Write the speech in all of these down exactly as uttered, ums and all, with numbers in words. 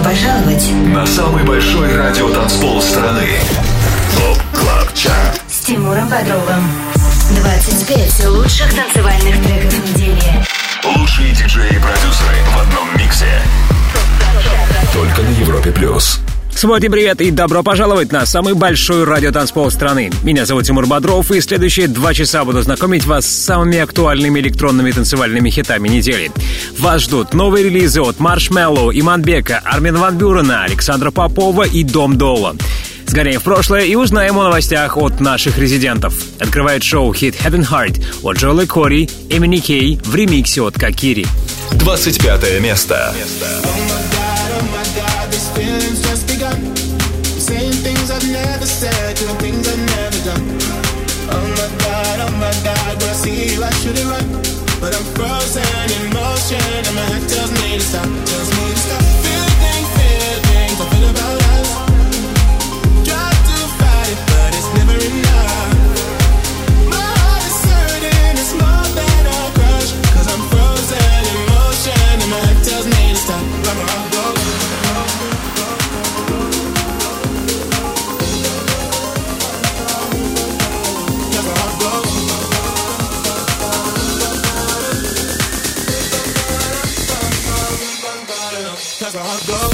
пожаловать на самый большой радиотанцпол страны. ТОП Клаб Чарт с Тимуром Бодровым. двадцать пять лучших танцевальных треков недели. Лучшие диджеи и продюсеры в одном миксе. Только на Европе Плюс. Всем привет и добро пожаловать на самый большой радиотанцпол страны. Меня зовут Тимур Бодров, и следующие два часа буду знакомить вас с самыми актуальными электронными танцевальными хитами недели. Вас ждут новые релизы от Маршмеллоу, Иманбека, Армина ван Бюрена, Александра Попова и Дом Дола. Сгоняем в прошлое и узнаем о новостях от наших резидентов. Открывает шоу хит Head and Heart от Джоэла Кори, Эмини Кей в ремиксе от Кокири. двадцать пятое место. Saying things I've never said, doing things I've never done. Oh my God, oh my God, when I see you I should it right, but I'm frozen in motion and my head tells me to stop, tells me to stop. Feeling, feelings I feel about us. Try to fight it, but it's never enough. My heart is hurting, it's more than a crush, 'cause I'm frozen in motion and my head tells me to stop. Let my heart go. That's how it goes.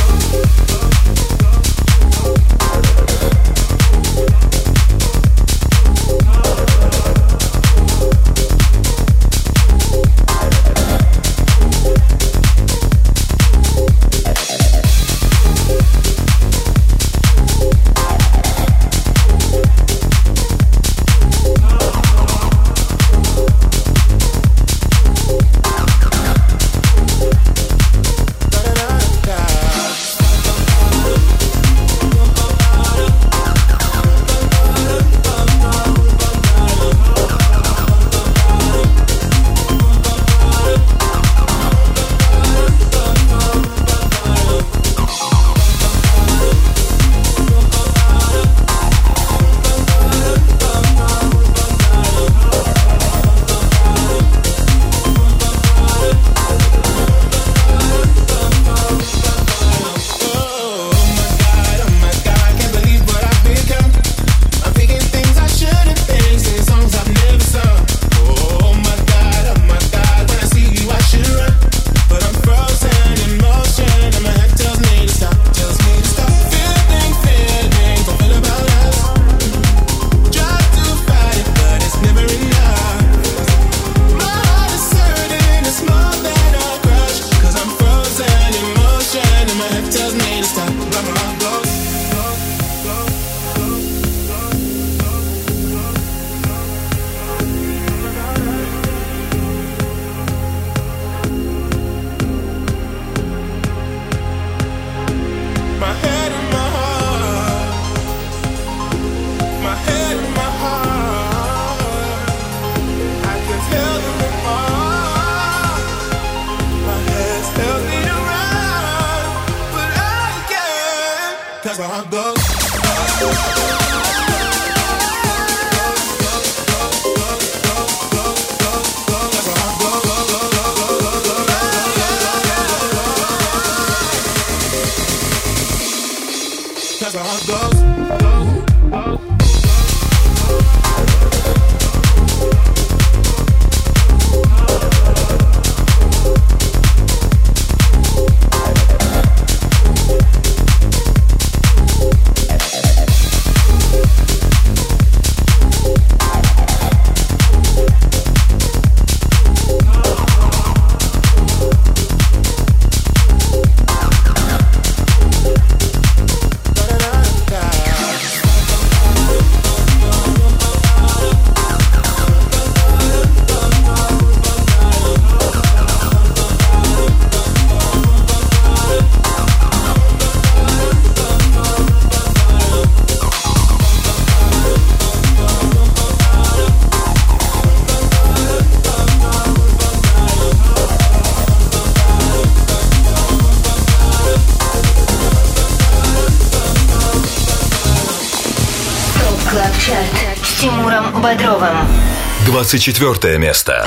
с Тимуром Бодровым. двадцать четвёртое место.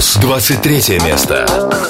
плюс двадцать третье место.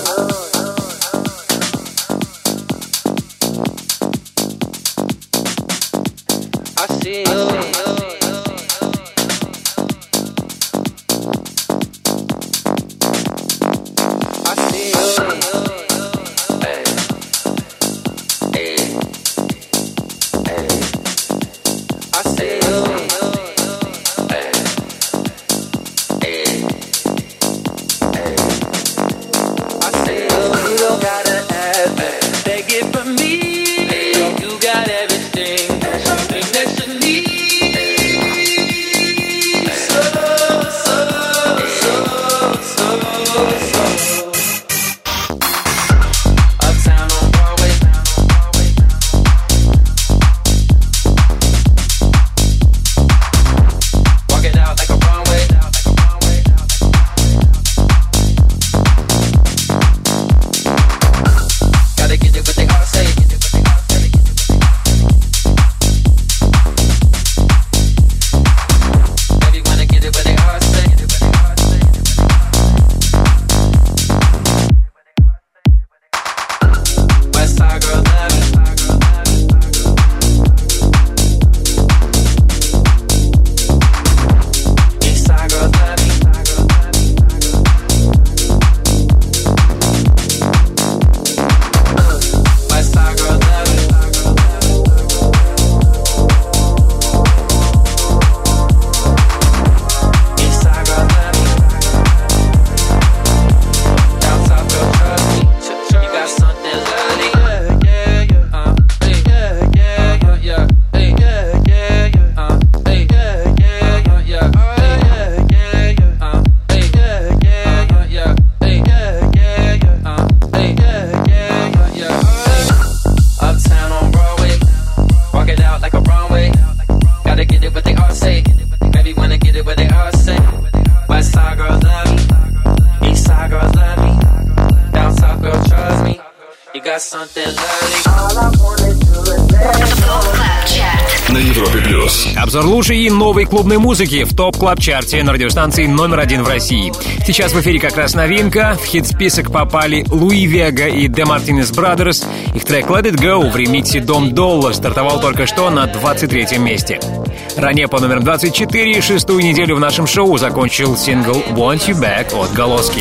На Европе плюс. Обзор лучшей и новой клубной музыки в топ-клаб-чарте на радиостанции номер один в России. Сейчас в эфире как раз новинка. В хит-список попали Луи Вега и The Martinez Brothers. Их трек Let It Go в ремиксе Дом Долла стартовал только что на двадцать третьем месте. Ранее по номерам двадцать четыре шестую неделю в нашем шоу закончил сингл Want You Back от Голоски.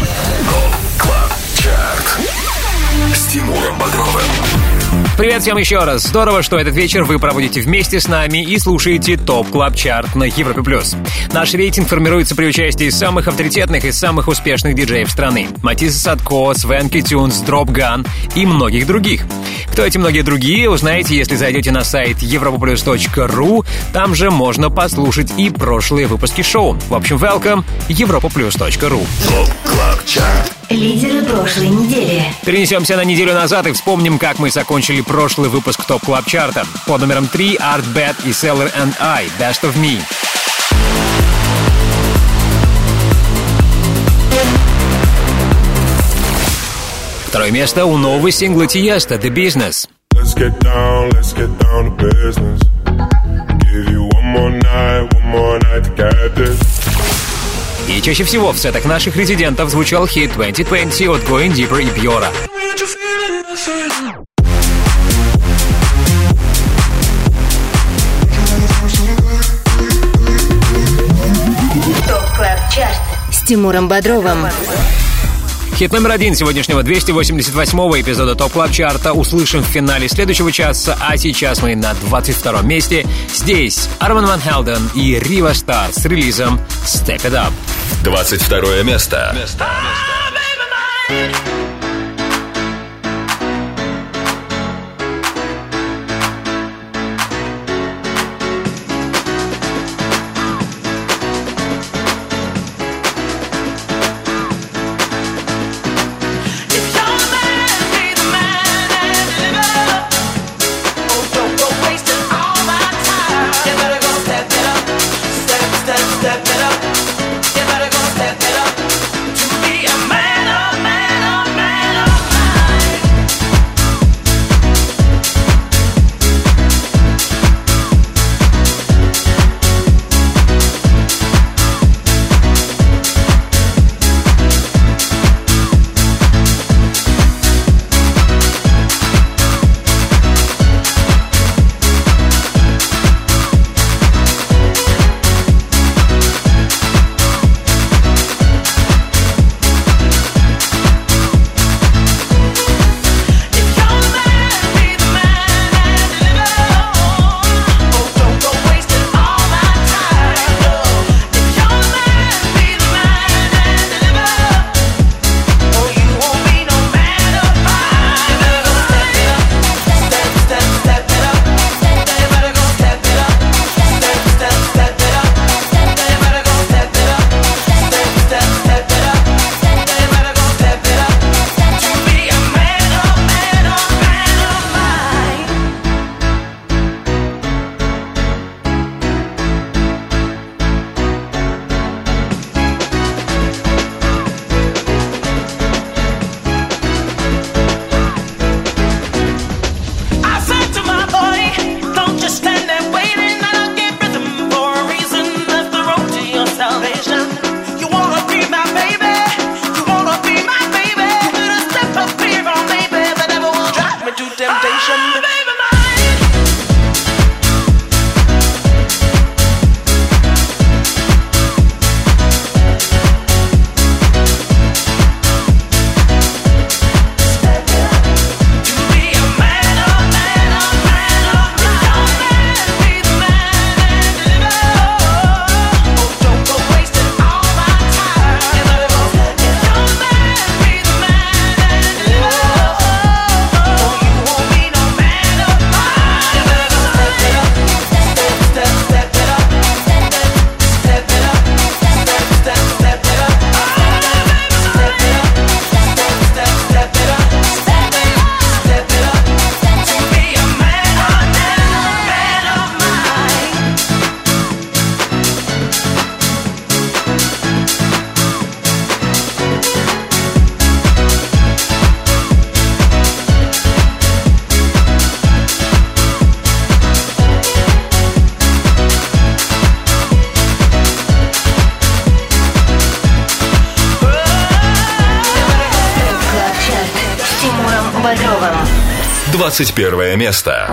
Клаб-чарт с Тимуром Бодровым. Привет всем еще раз. Здорово, что этот вечер вы проводите вместе с нами и слушаете ТОП Клаб Чарт на Европе плюс. Наш рейтинг формируется при участии самых авторитетных и самых успешных диджеев страны. Матисса Садко, Свенки Тюнс, Дроп Ган и многих других. Кто эти многие другие, узнаете, если зайдете на сайт европаплюс точка ру. Там же можно послушать и прошлые выпуски шоу. В общем, welcome, европаплюс точка ру. ТОП Клаб Чарт. Лидеры прошлой недели. Перенесемся на неделю назад и вспомним, как мы закончили прошлый выпуск ТОП Клаб Чарта. Под номером три Art Bad и Seller and I, Best of Me. Второе место у нового сингла Тиеста The Business. Let's get down, let's get down to business. Give you one more night, one more night to get this. И чаще всего в сетах наших резидентов звучал хит двадцать двадцать от Going Deeper и Бьора. ТОП Клаб Чарт с Тимуром Бодровым. Хит номер один сегодняшнего двести восемьдесят восьмого эпизода ТОП Клаб Чарта услышим в финале следующего часа, а сейчас мы на двадцать втором месте. Здесь Арман Ван Хелден и Рива Стар с релизом Step It Up. двадцать второе место. Step it up, you better go step it up. To be a man, oh man, oh Бодровым. двадцать первое место.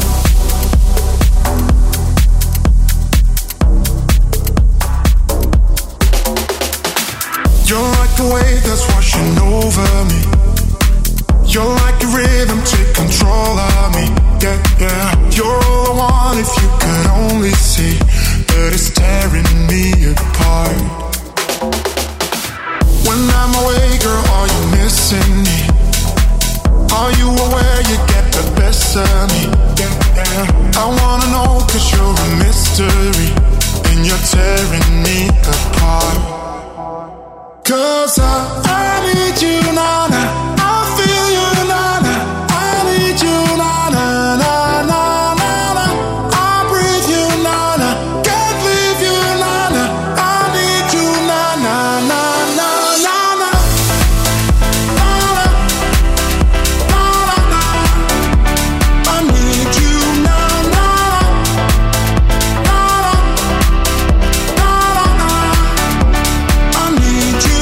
You're like the wave that's washing over me. You're like a rhythm, take control of me. Yeah, yeah. You're all I want if you could only see that it's tearing me apart. When I'm away, girl, are you missing me? Are you aware you get the best of me? Yeah, yeah. I wanna know 'cause you're a mystery and you're tearing me apart. 'Cause I, I need you, na-na. I feel you, na-na. I need you, na-na, na-na, na-na. I breathe you, na-na. Can't leave you, na-na. I need you, na-na, na-na, na-na. Na-na, na-na, I need you, na-na. Na-na, na-na, I need you.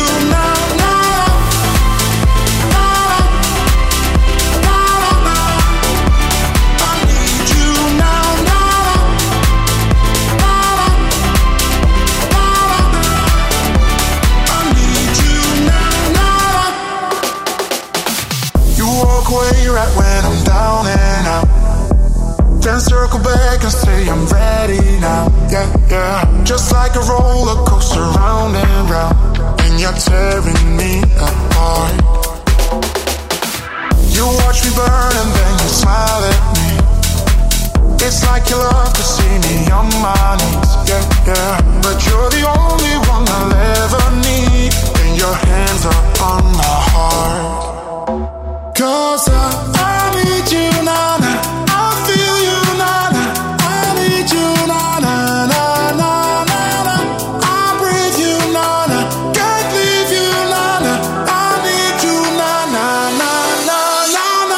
Right when I'm down and out, then circle back and say I'm ready now. Yeah, yeah. Just like a roller coaster, round and round, and you're tearing me apart. You watch me burn and then you smile at me. It's like you love to see me on my knees. Yeah, yeah. But you're the only one I'll ever need, and your hands are on my heart. 'Cause I, I need you, na-na. I feel you, na-na. I need you, na-na, na-na, na-na. I breathe you, na-na. Can't leave you, na-na. I need you, na-na, na-na, na-na.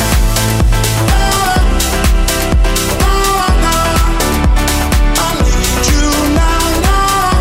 Na-na, I need you, na-na.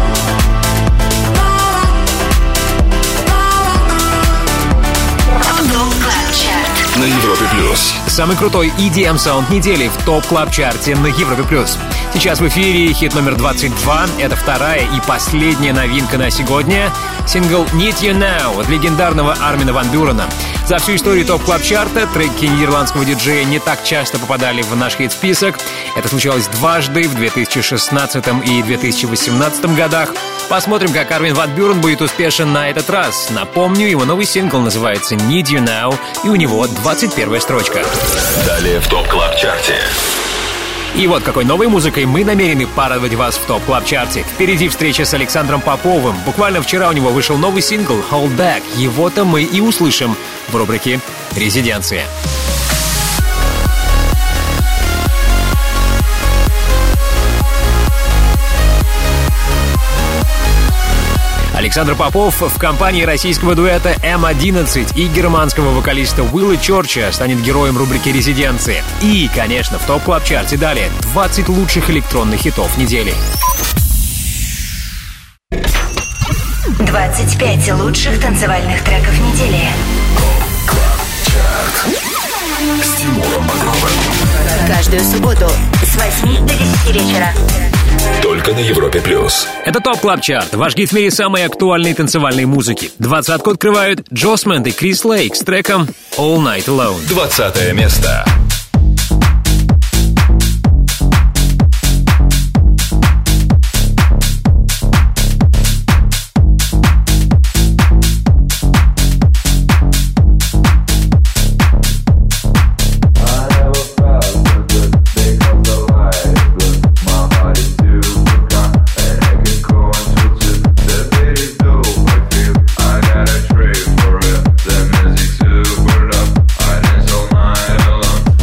На Европе плюс. Самый крутой и ди эм-саунд недели в ТОП Клаб Чарте на Европе плюс. Сейчас в эфире хит номер двадцать два. Это вторая и последняя новинка на сегодня. Сингл «Need You Now» от легендарного Армина ван Бюрена. За всю историю ТОП Клаб Чарта треки нидерландского диджея не так часто попадали в наш хит-список. Это случалось дважды в две тысячи шестнадцатом и две тысячи восемнадцатом годах. Посмотрим, как Армин ван Бюрен будет успешен на этот раз. Напомню, его новый сингл называется «Need You Now», и у него двадцать первая строчка. Далее в ТОП Клаб Чарте. И вот какой новой музыкой мы намерены порадовать вас в ТОП Клаб Чарте. Впереди встреча с Александром Поповым. Буквально вчера у него вышел новый сингл «Hold Back». Его-то мы и услышим в рубрике «Резиденция». Александр Попов в компании российского дуэта эм одиннадцать и германского вокалиста Уилла Чорча станет героем рубрики «Резиденция». И, конечно, в ТОП Клаб Чарте далее двадцать лучших электронных хитов недели. двадцать пять лучших танцевальных треков недели. С Тимуром Бодровым. Каждую субботу с восьми до десяти вечера. Только на Европе плюс. Это ТОП Клаб Чарт, ваш гид в мире самой актуальной танцевальной музыки. Двадцатку открывают Джосмонд и Крис Лейк с треком All Night Alone. Двадцатое место. For it, the music super up. I dance all night alone.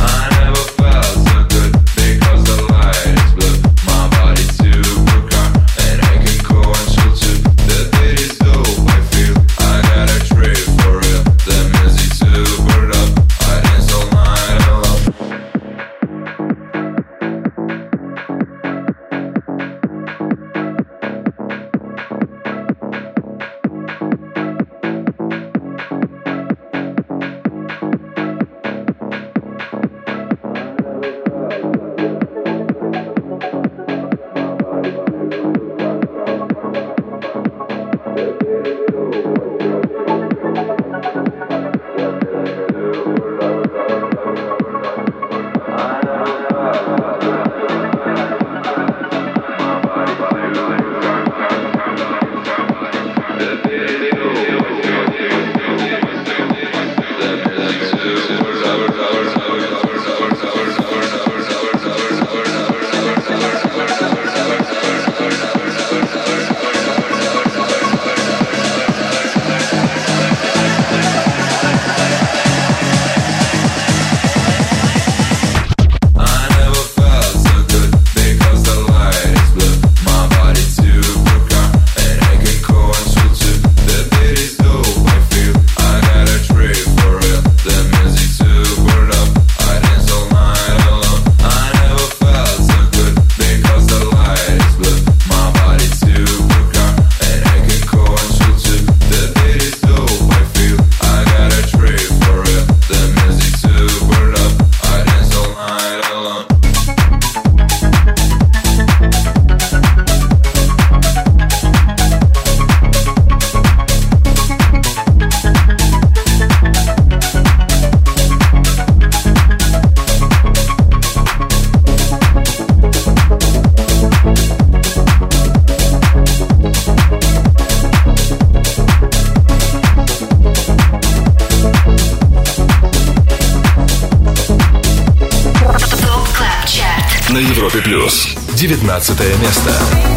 на Европе плюс. девятнадцатое место.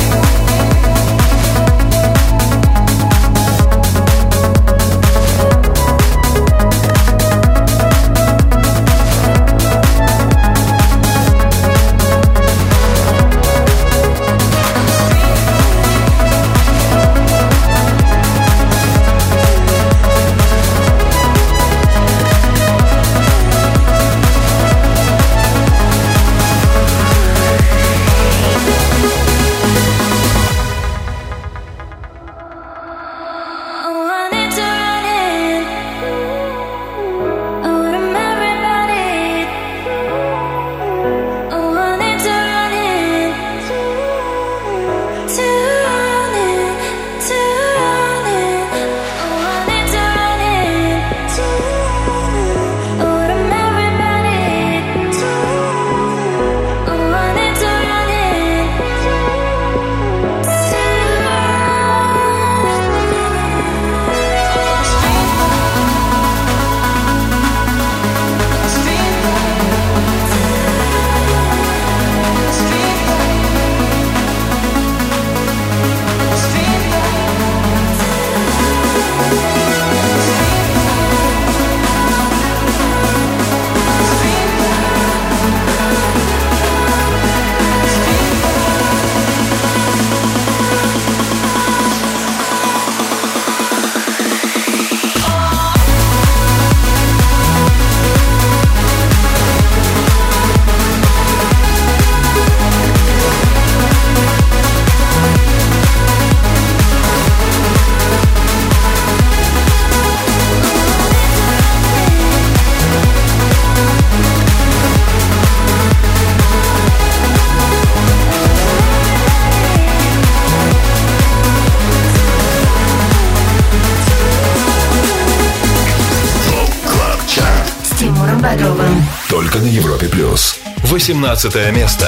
Только на Европе плюс. восемнадцатое место.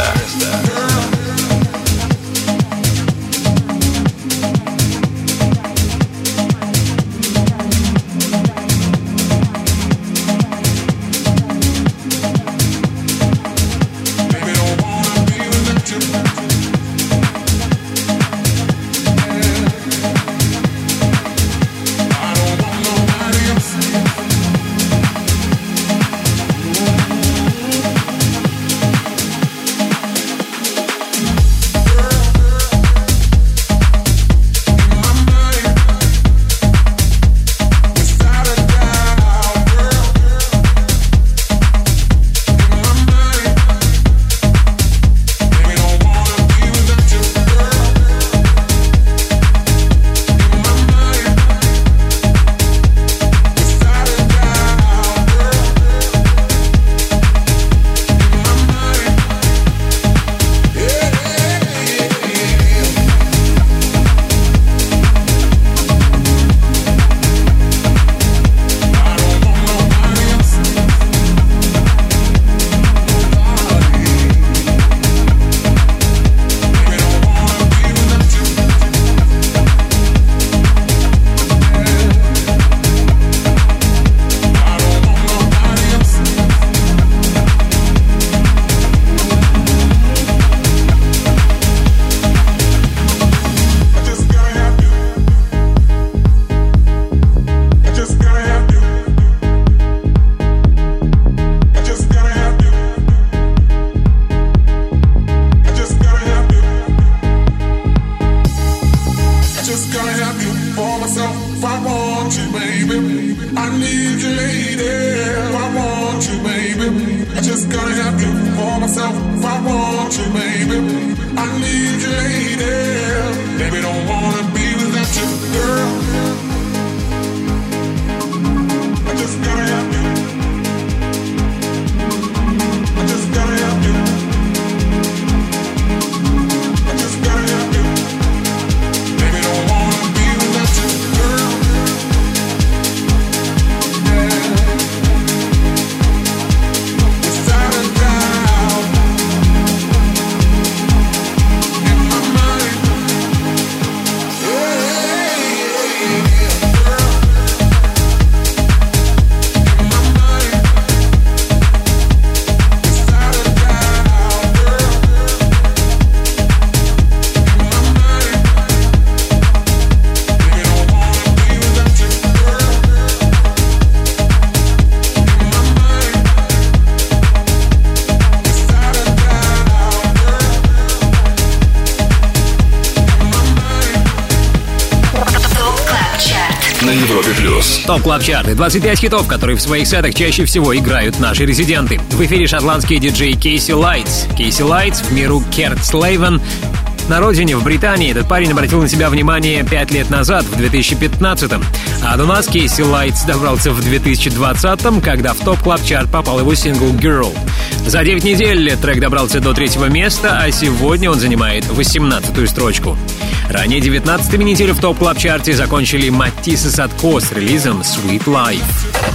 Топ Клаб Чарты. двадцать пять хитов, которые в своих сетах чаще всего играют наши резиденты. В эфире шотландский диджей Кейси Лайтс. Кейси Лайтс, в миру Керт Слейвен. На родине, в Британии, этот парень обратил на себя внимание пять лет назад, в две тысячи пятнадцатом. А до нас Кейси Лайтс добрался в две тысячи двадцатом, когда в Топ Клаб Чарт попал его сингл «Girl». За девять недель трек добрался до третьего места, а сегодня он занимает восемнадцатую строчку. Ранее девятнадцатую неделю в Топ Клаб Чарте закончили Матисс и Садко с релизом «Sweet Life».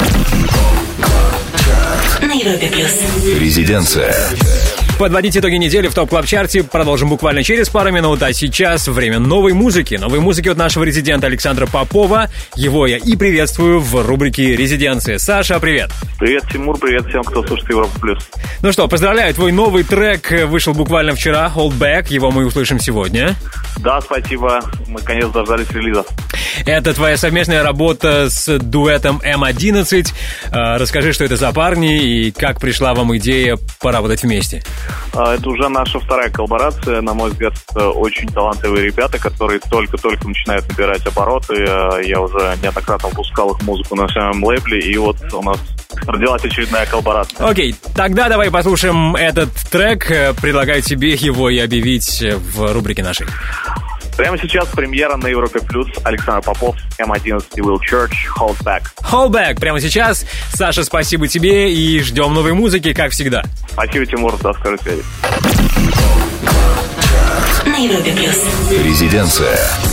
На Европе Плюс. Резиденция. Подводить итоги недели в Топ Клаб Чарте продолжим буквально через пару минут, а сейчас время новой музыки. Новой музыки от нашего резидента Александра Попова. Его я и приветствую в рубрике «Резиденция». Саша, привет! Привет, Тимур, привет всем, кто слушает Европу Плюс. Ну что, поздравляю, твой новый трек вышел буквально вчера, «Hold Back», его мы услышим сегодня. Да, спасибо, мы, конечно, дождались релиза. Это твоя совместная работа с дуэтом эм одиннадцать. Расскажи, что это за парни и как пришла вам идея поработать вместе. Это уже наша вторая коллаборация. На мой взгляд, очень талантливые ребята, которые только-только начинают набирать обороты. Я уже неоднократно выпускал их музыку на своем лейбле, и вот у нас родилась очередная коллаборация. Окей, тогда давай послушаем этот трек. Предлагаю тебе его и объявить в рубрике нашей. Прямо сейчас премьера на Европе Плюс. Александр Попов, эм одиннадцать и Will Church, Hold Back. Hold Back прямо сейчас. Саша, спасибо тебе и ждем новой музыки, как всегда. Спасибо, Тимур, до скорой связи. На Европе Плюс. Резиденция.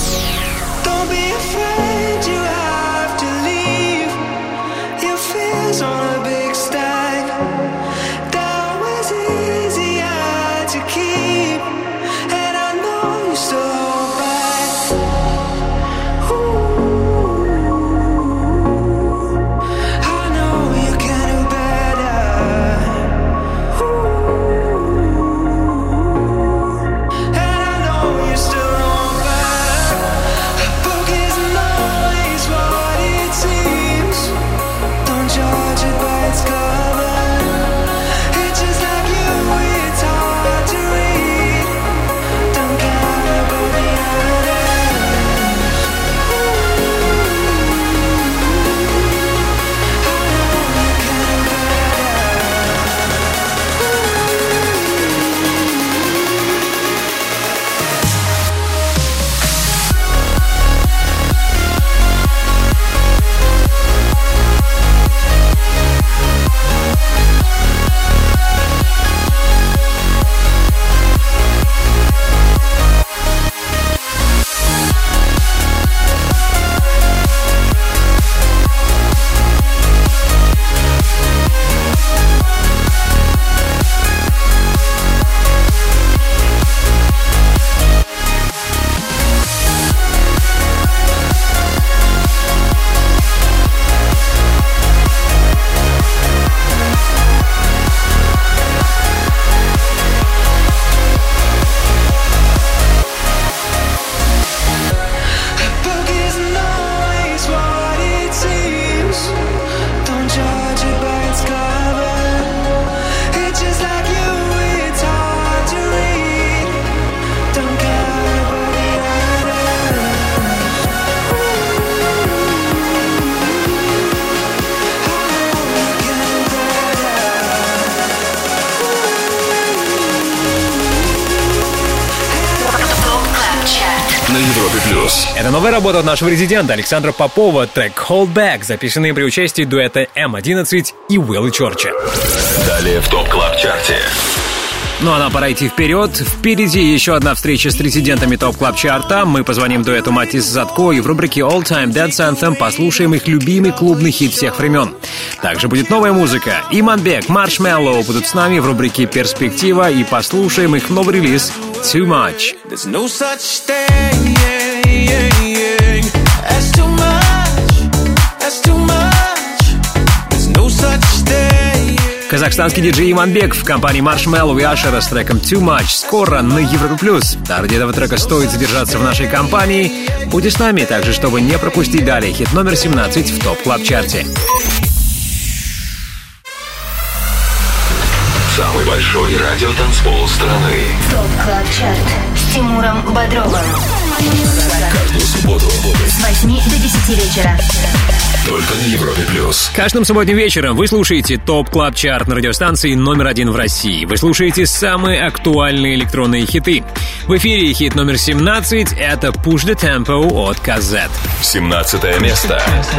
Это новая работа от нашего резидента Александра Попова, трек «Hold Back», записанный при участии дуэта эм одиннадцать и Уилла Чорча. Далее в Топ Клаб Чарте. Ну а нам пора идти вперед. Впереди еще одна встреча с резидентами Топ Клаб Чарта. Мы позвоним дуэту Матисс и Садко и в рубрике All Time Dance Anthem послушаем их любимый клубный хит всех времен. Также будет новая музыка. Иманбек, Маршмеллоу будут с нами в рубрике «Перспектива» и послушаем их новый релиз «Too Much». Казахстанский диджей Иманбек в компании Маршмеллоу и Ашера с треком «Too Much» скоро на Европе Плюс. Ради этого трека стоит задержаться в нашей компании. Будьте с нами также, чтобы не пропустить далее хит номер семнадцать в Топ Клаб Чарте. Самый большой радиотанцпол страны. ТОП Клаб Чарт с Тимуром Бодровым. Каждую субботу С восьми до десяти вечера. только на Европе плюс. Каждым субботним вечером вы слушаете ТОП Клаб Чарт на радиостанции номер один в России. Вы слушаете самые актуальные электронные хиты. В эфире хит номер семнадцать — это Push the Tempo от Казет. семнадцатое место.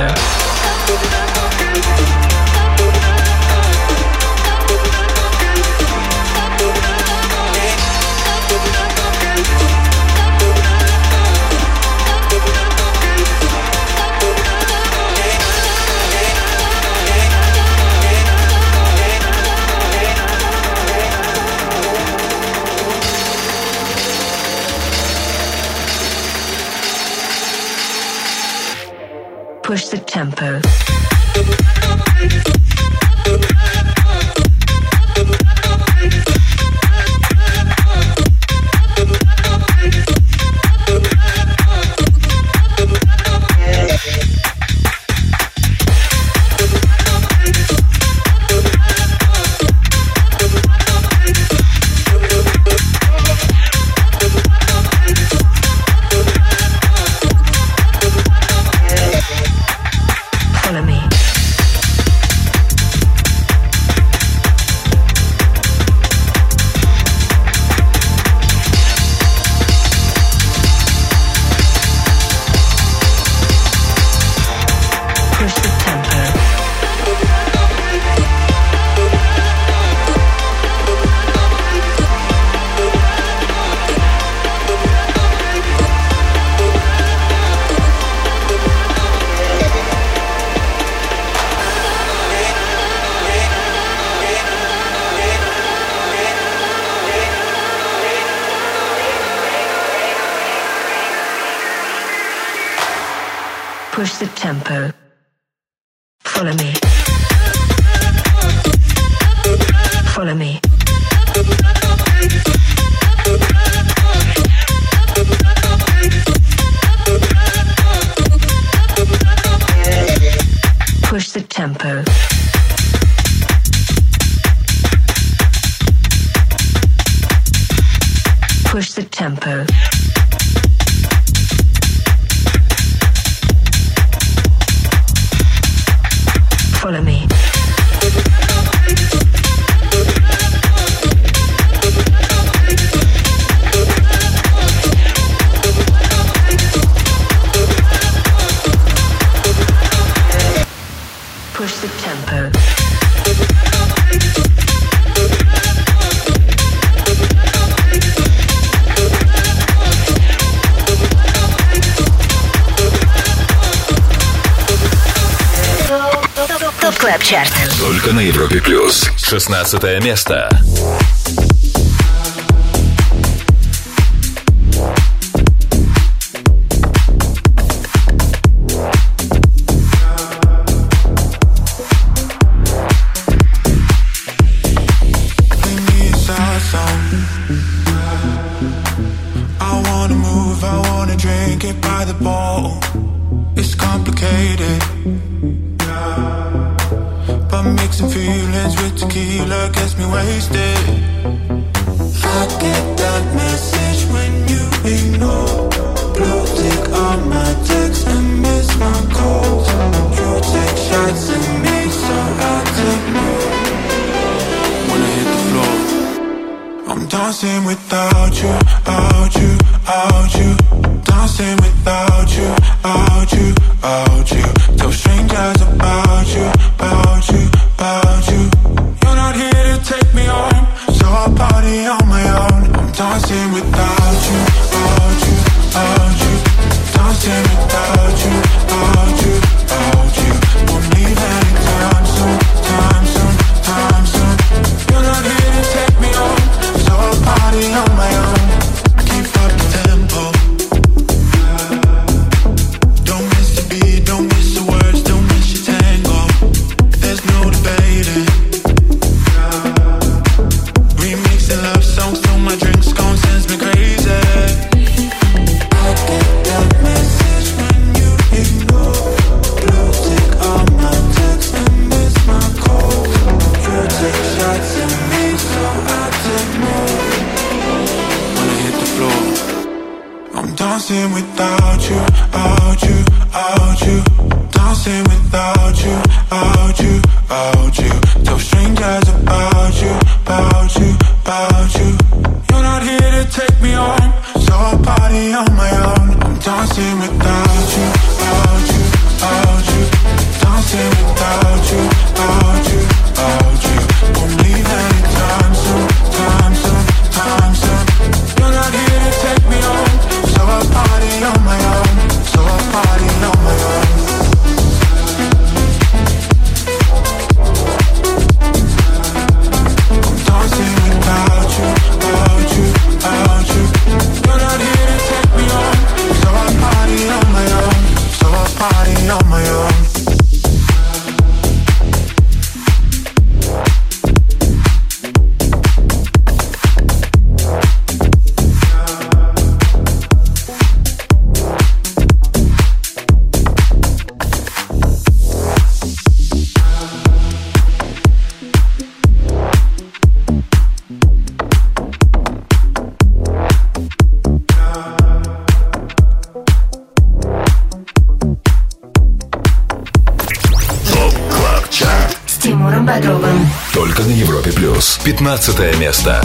Push the tempo. Push the tempo. Follow me. Follow me. Push the tempo. Push the tempo. Follow me. Push the tempo. ТОП Клаб Чарт. Только на Европе плюс. шестнадцатое место. Shots in me. dancing without you, out you, out you. Dancing without you, out you, out you. Tell strangers about you, about you, about you. You're not here to take me home, so I'll party on my own. I'm dancing without you, out you, out you. Dancing without you, out you, out you. Won't leave anytime soon, time soon, time soon. You're not here to take me home, so I'll party on my own, so I'll party on my own. I'm dancing without you, out you, out you. You're not here to take me home, so I'll party on my own, so I'll party on my own. Бодровым. Только на Европе плюс. Пятнадцатое место.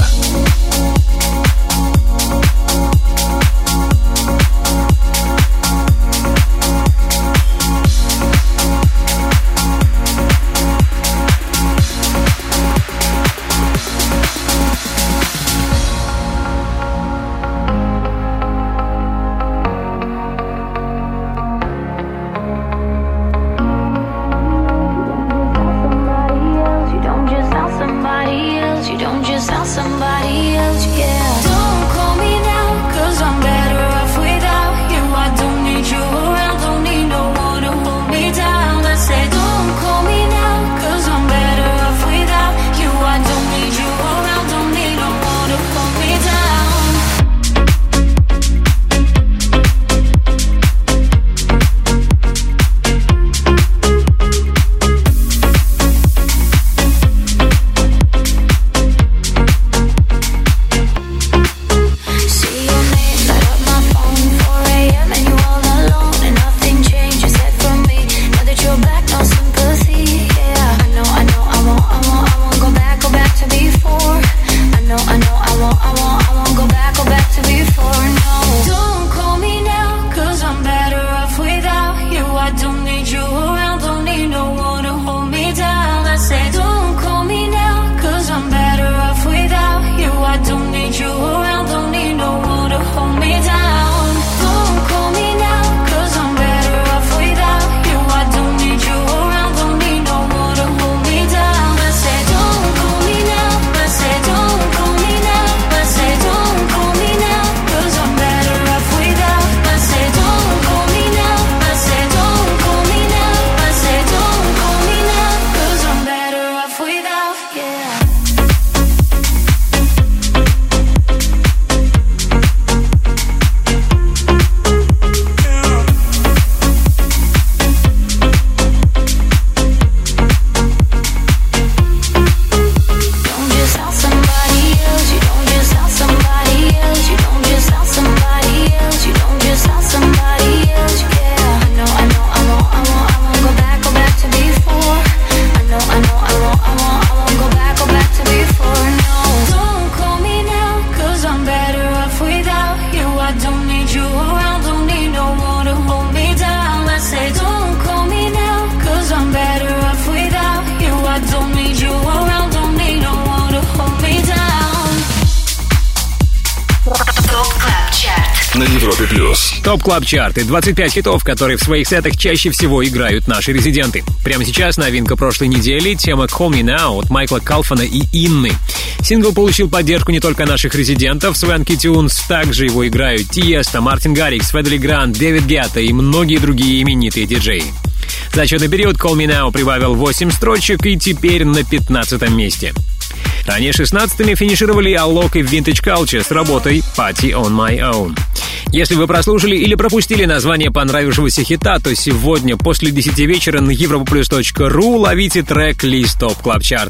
Топ Клаб Чарты. двадцать пять хитов, которые в своих сетах чаще всего играют наши резиденты. Прямо сейчас новинка прошлой недели, тема Call Me Now от Майкла Калфана и Инны. Сингл получил поддержку не только наших резидентов, Свенки Тюнс, также его играют Тиеста, Мартин Гаррикс, Федли Грант, Дэвид Гетта и многие другие именитые диджеи. За отчетный период Call Me Now прибавил восемь строчек и теперь на пятнадцатом месте. Ранее шестнадцатыми финишировали Алок и Vintage Culture с работой Party On My Own. Если вы прослушали или пропустили название понравившегося хита, то сегодня после десяти вечера на европа плюс точка ру ловите трек-лист Топ Клаб Чарта.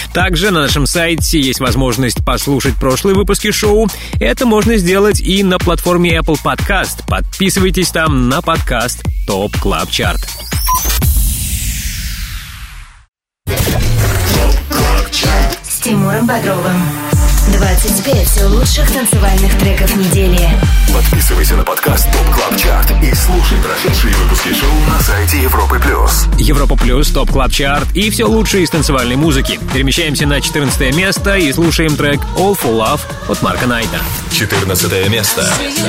Также на нашем сайте есть возможность послушать прошлые выпуски шоу. Это можно сделать и на платформе Apple Podcast. Подписывайтесь там на подкаст Top Club Chart. С Тимуром Бодровым. двадцать пять лучших танцевальных треков недели. Подписывайся на подкаст Top Club Chart и слушай прошедшие выпуски шоу на сайте Европы Плюс. Европа Плюс, Top Club Chart и все лучшее из танцевальной музыки. Перемещаемся на четырнадцатое место и слушаем трек All for Love от Марка Найта. четырнадцатое место.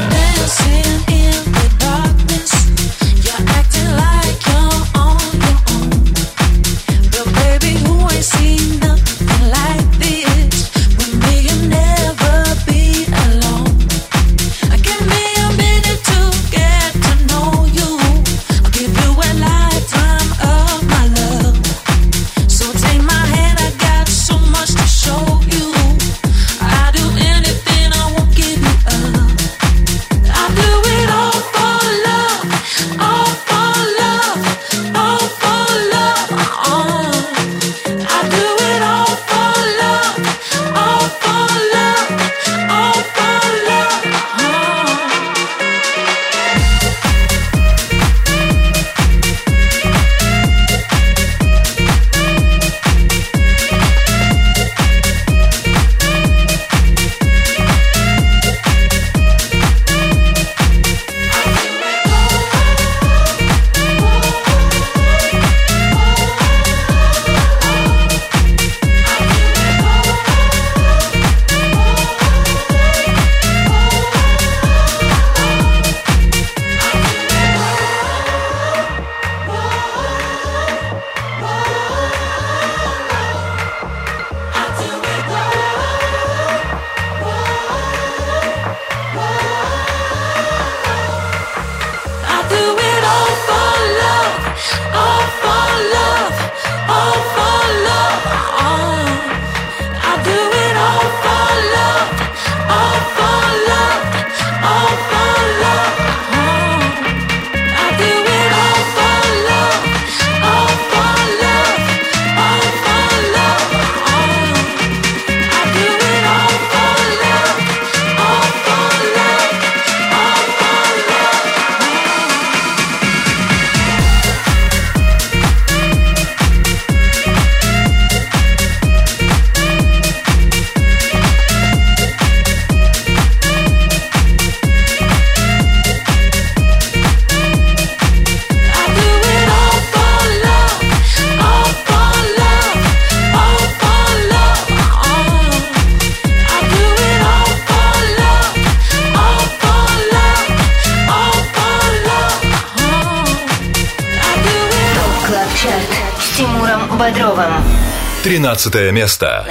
тринадцатое место.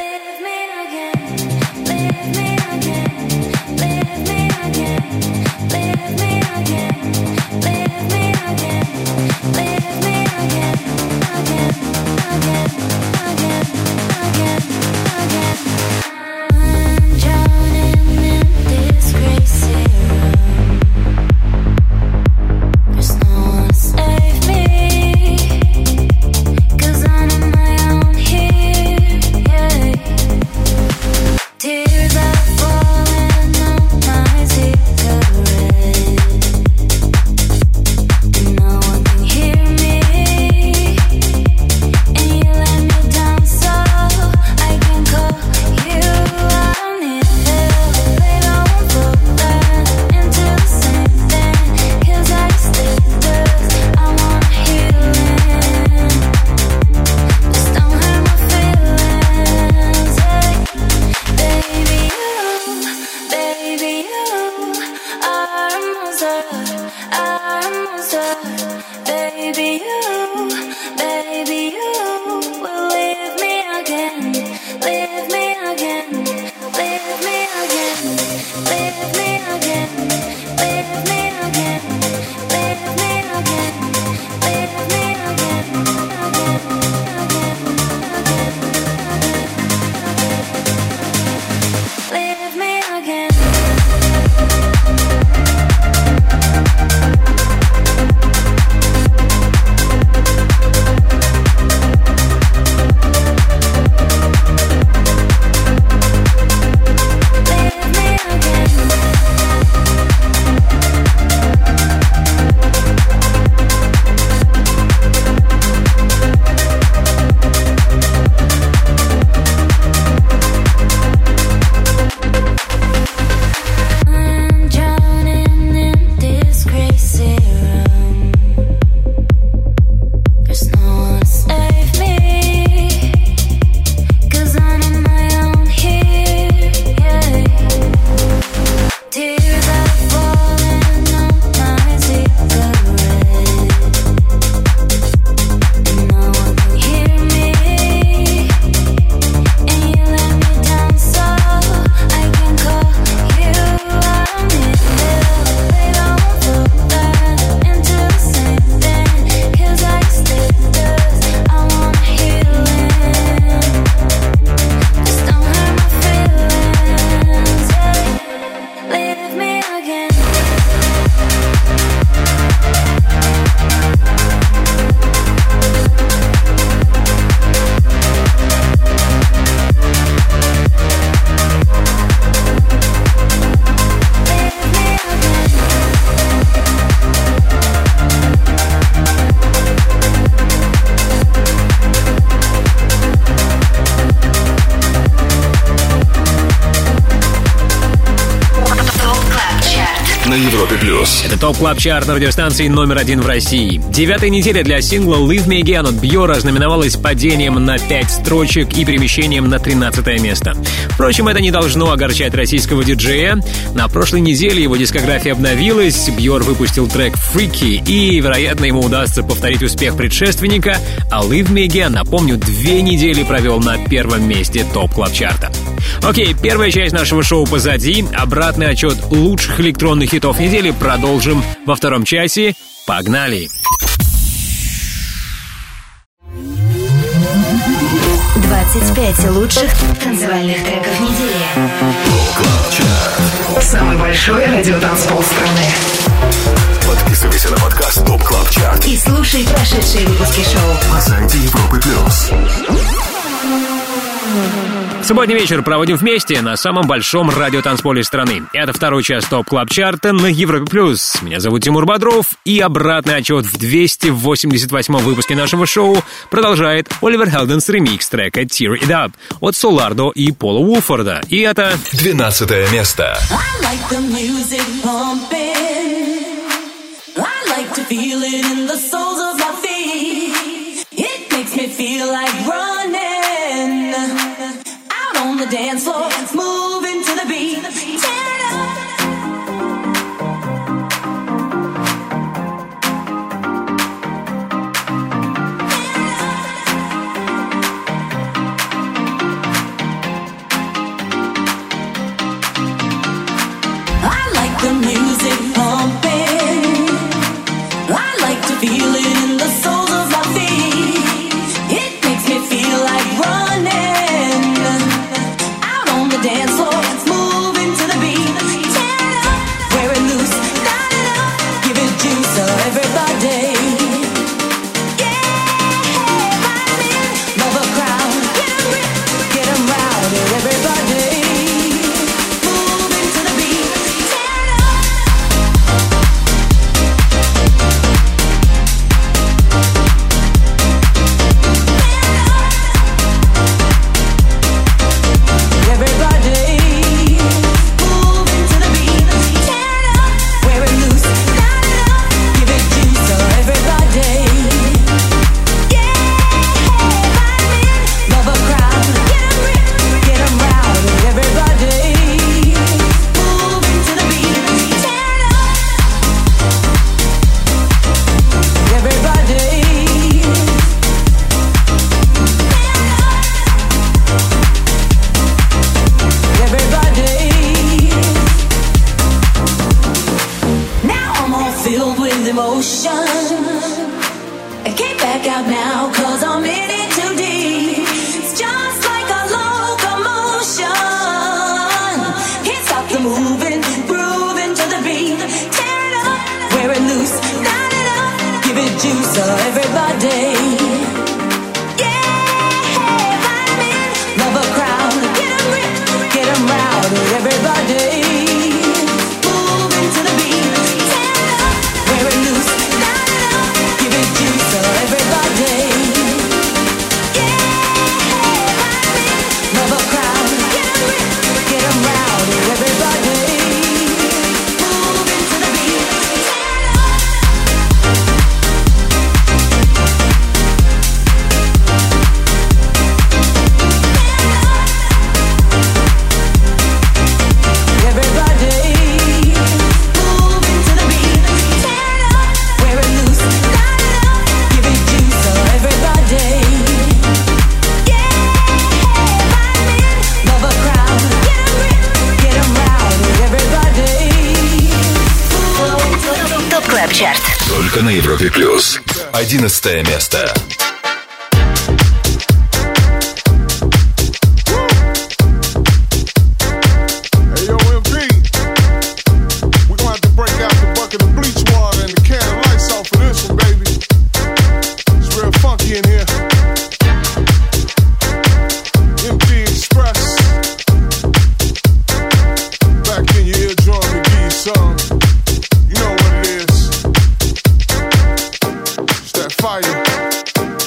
Cause I'm on my own here, yeah. на Европе плюс. Это ТОП Клаб Чарт на радиостанции номер один в России. Девятая неделя для сингла Leave Me Again от Бьора ознаменовалась падением на пять строчек и перемещением на тринадцатое место. Впрочем, это не должно огорчать российского диджея. На прошлой неделе его дискография обновилась, Бьор выпустил трек Freaky, и, вероятно, ему удастся повторить успех предшественника, а Leave Me Again, напомню, две недели провел на первом месте ТОП Клаб Чарта. Окей, первая часть нашего шоу позади. Обратный отчет лучших электронных хитов недели продолжим во втором часе. Погнали! двадцать пять лучших танцевальных треков недели. Самый большой радиотанцпол страны. Подписывайся на подкаст ТОП Клаб Чарт И слушай прошедшие выпуски шоу на сайте Европы плюс. Субботний вечер проводим вместе на самом большом радиотанцполе страны. Это второй час ТОП Клаб Чарта на Европе плюс. Меня зовут Тимур Бодров, и обратный отчет в двести восемьдесят восьмом выпуске нашего шоу продолжает Оливер Хелденс ремикс трека Tear It Up от Солардо и Пола Уолфорда. И это двенадцатое место. On the dance floor, moving to the beat. Tear it up. I like the music pumping. I like to feel it in the soles of my feet. It makes me feel like running. Dance floor, moving to the beat. Tear it up, wear it loose, light it up, give it juice, so everybody. Yeah, vibe in, love a crowd, get 'em ripped, get 'em rowdy, everybody. Moving to the beat. Tear it up. Только на Европе плюс. Одиннадцатое место. Fire.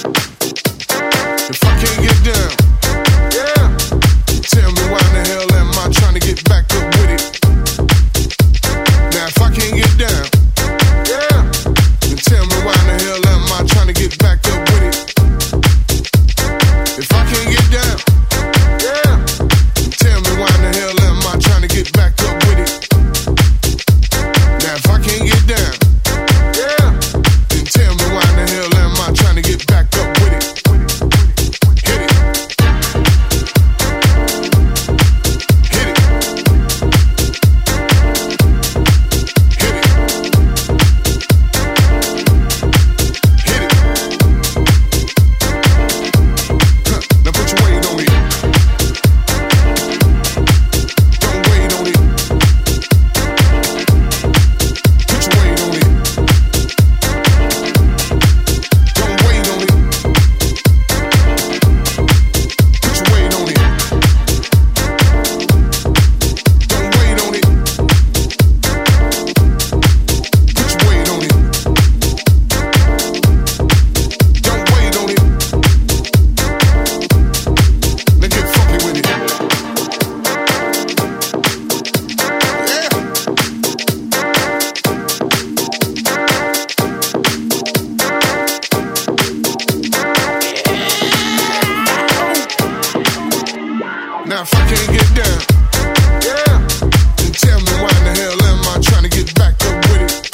Now if I can't get down, yeah, then tell me why in the hell am I trying to get back up with it?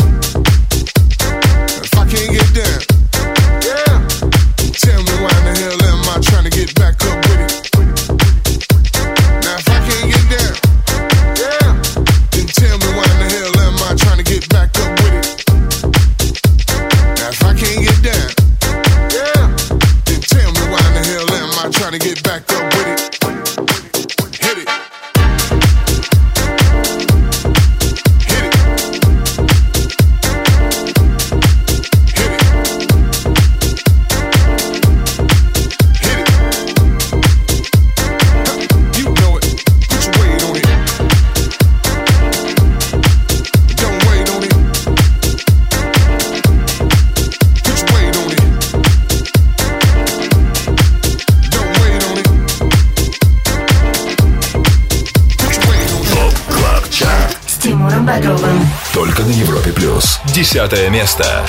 If I can't get down, yeah, then tell me why in the hell am I trying to get back up with it? Now if I can't get down, yeah, then tell me why in the hell am I trying to get back up with it? Now if I can't get down, yeah, then tell me why in the hell am I trying to get back up with it? Hit it. Hit it. Hit it. Hit it. Huh, you know it. Put your weight on it. Don't wait on it. Put your weight on it. Don't wait on it. Put your weight on it. Топ Клаб Чарт. С Тимуром Бодровым. Только на Европе плюс. Десятое место.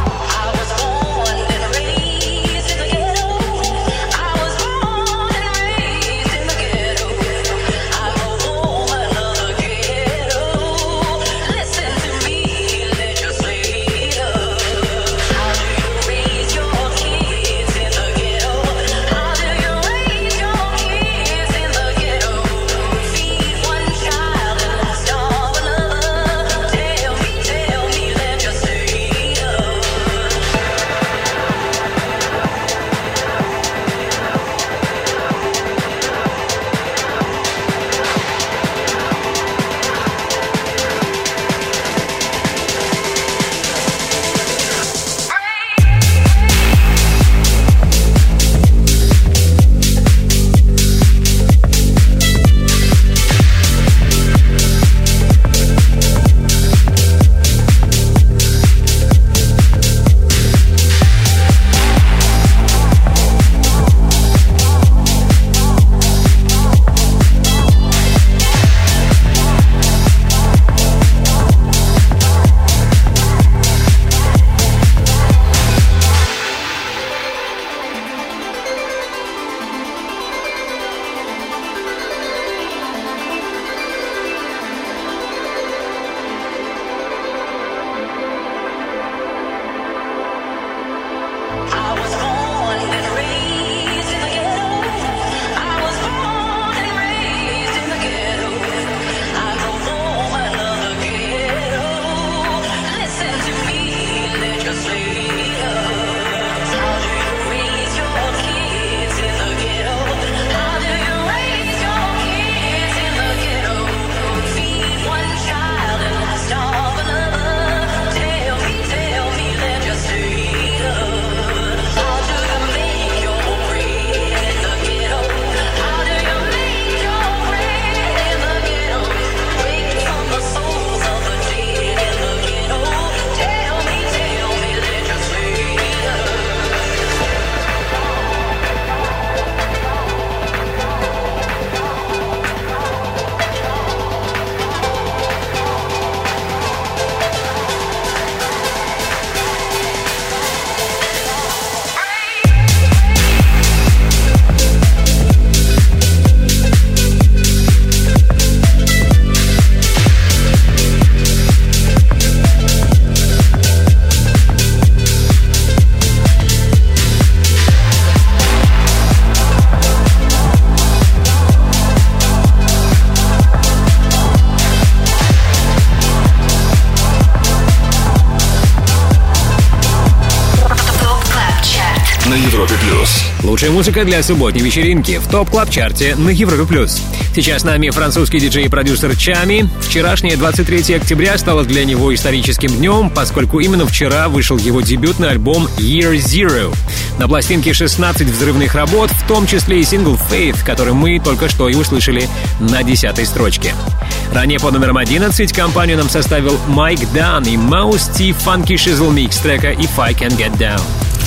На Европе плюс. Лучшая музыка для субботней вечеринки в ТОП Клаб Чарте на Европе плюс. Сейчас с нами французский диджей и продюсер Чами. Вчерашнее двадцать третьего октября стало для него историческим днем, поскольку именно вчера вышел его дебютный альбом Year Zero. На пластинке шестнадцать взрывных работ, в том числе и сингл Faith, который мы только что и услышали на десятой строчке. Ранее под номером одиннадцать компанию нам составил Майк Дан и Маус Ти Funky Shizzle микс трека If I Can Get Down.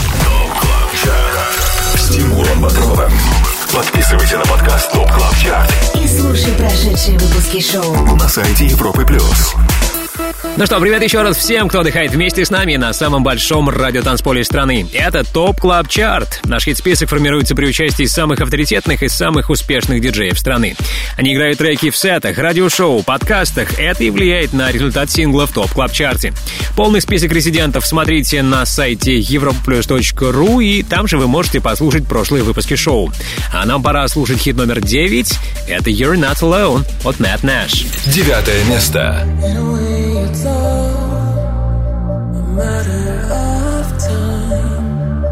С Тимуром Бодровым. Подписывайся на подкаст Топ Клаб Чарт И слушай прошедшие выпуски шоу на сайте Европы плюс. Ну что, привет еще раз всем, кто отдыхает вместе с нами на самом большом радиотанцполе страны. Это ТОП Клаб Чарт. Наш хит-список формируется при участии самых авторитетных и самых успешных диджеев страны. Они играют треки в сетах, радиошоу, подкастах. Это и влияет на результат сингла в ТОП Клаб Чарте. Полный список резидентов смотрите на сайте европа плюс точка ру, и там же вы можете послушать прошлые выпуски шоу. А нам пора слушать хит номер девять. Это You're Not Alone от Matt Nash. Девятое место. It's all a matter of time.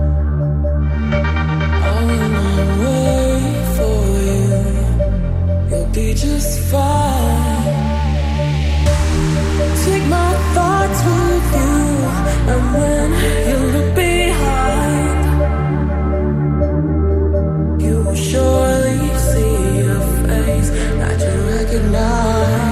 I will not wait for you. You'll be just fine. Take my thoughts with you, and when you look behind, you will surely see a face that you recognize.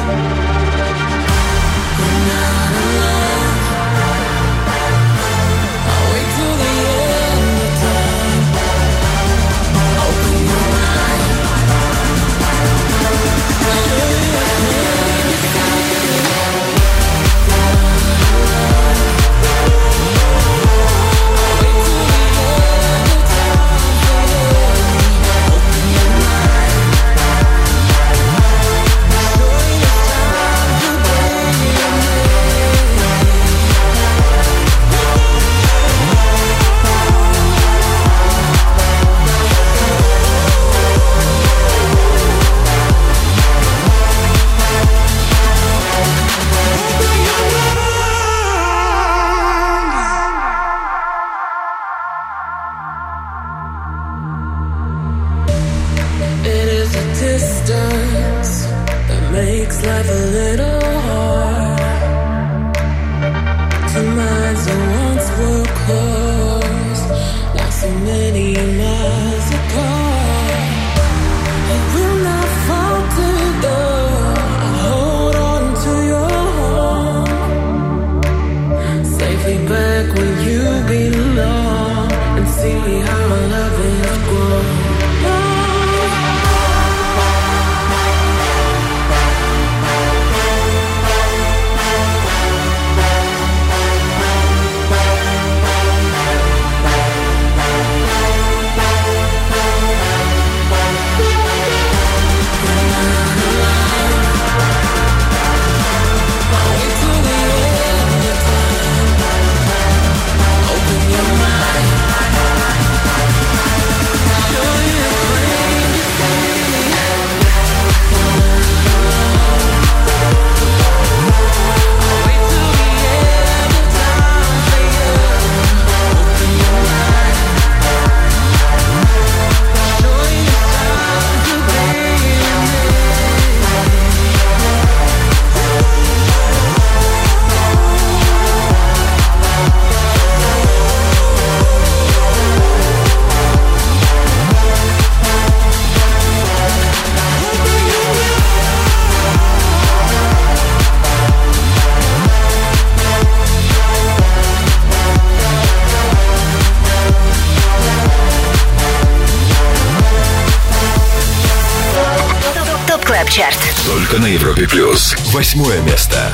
Чарт. Только на Европе плюс. Восьмое место.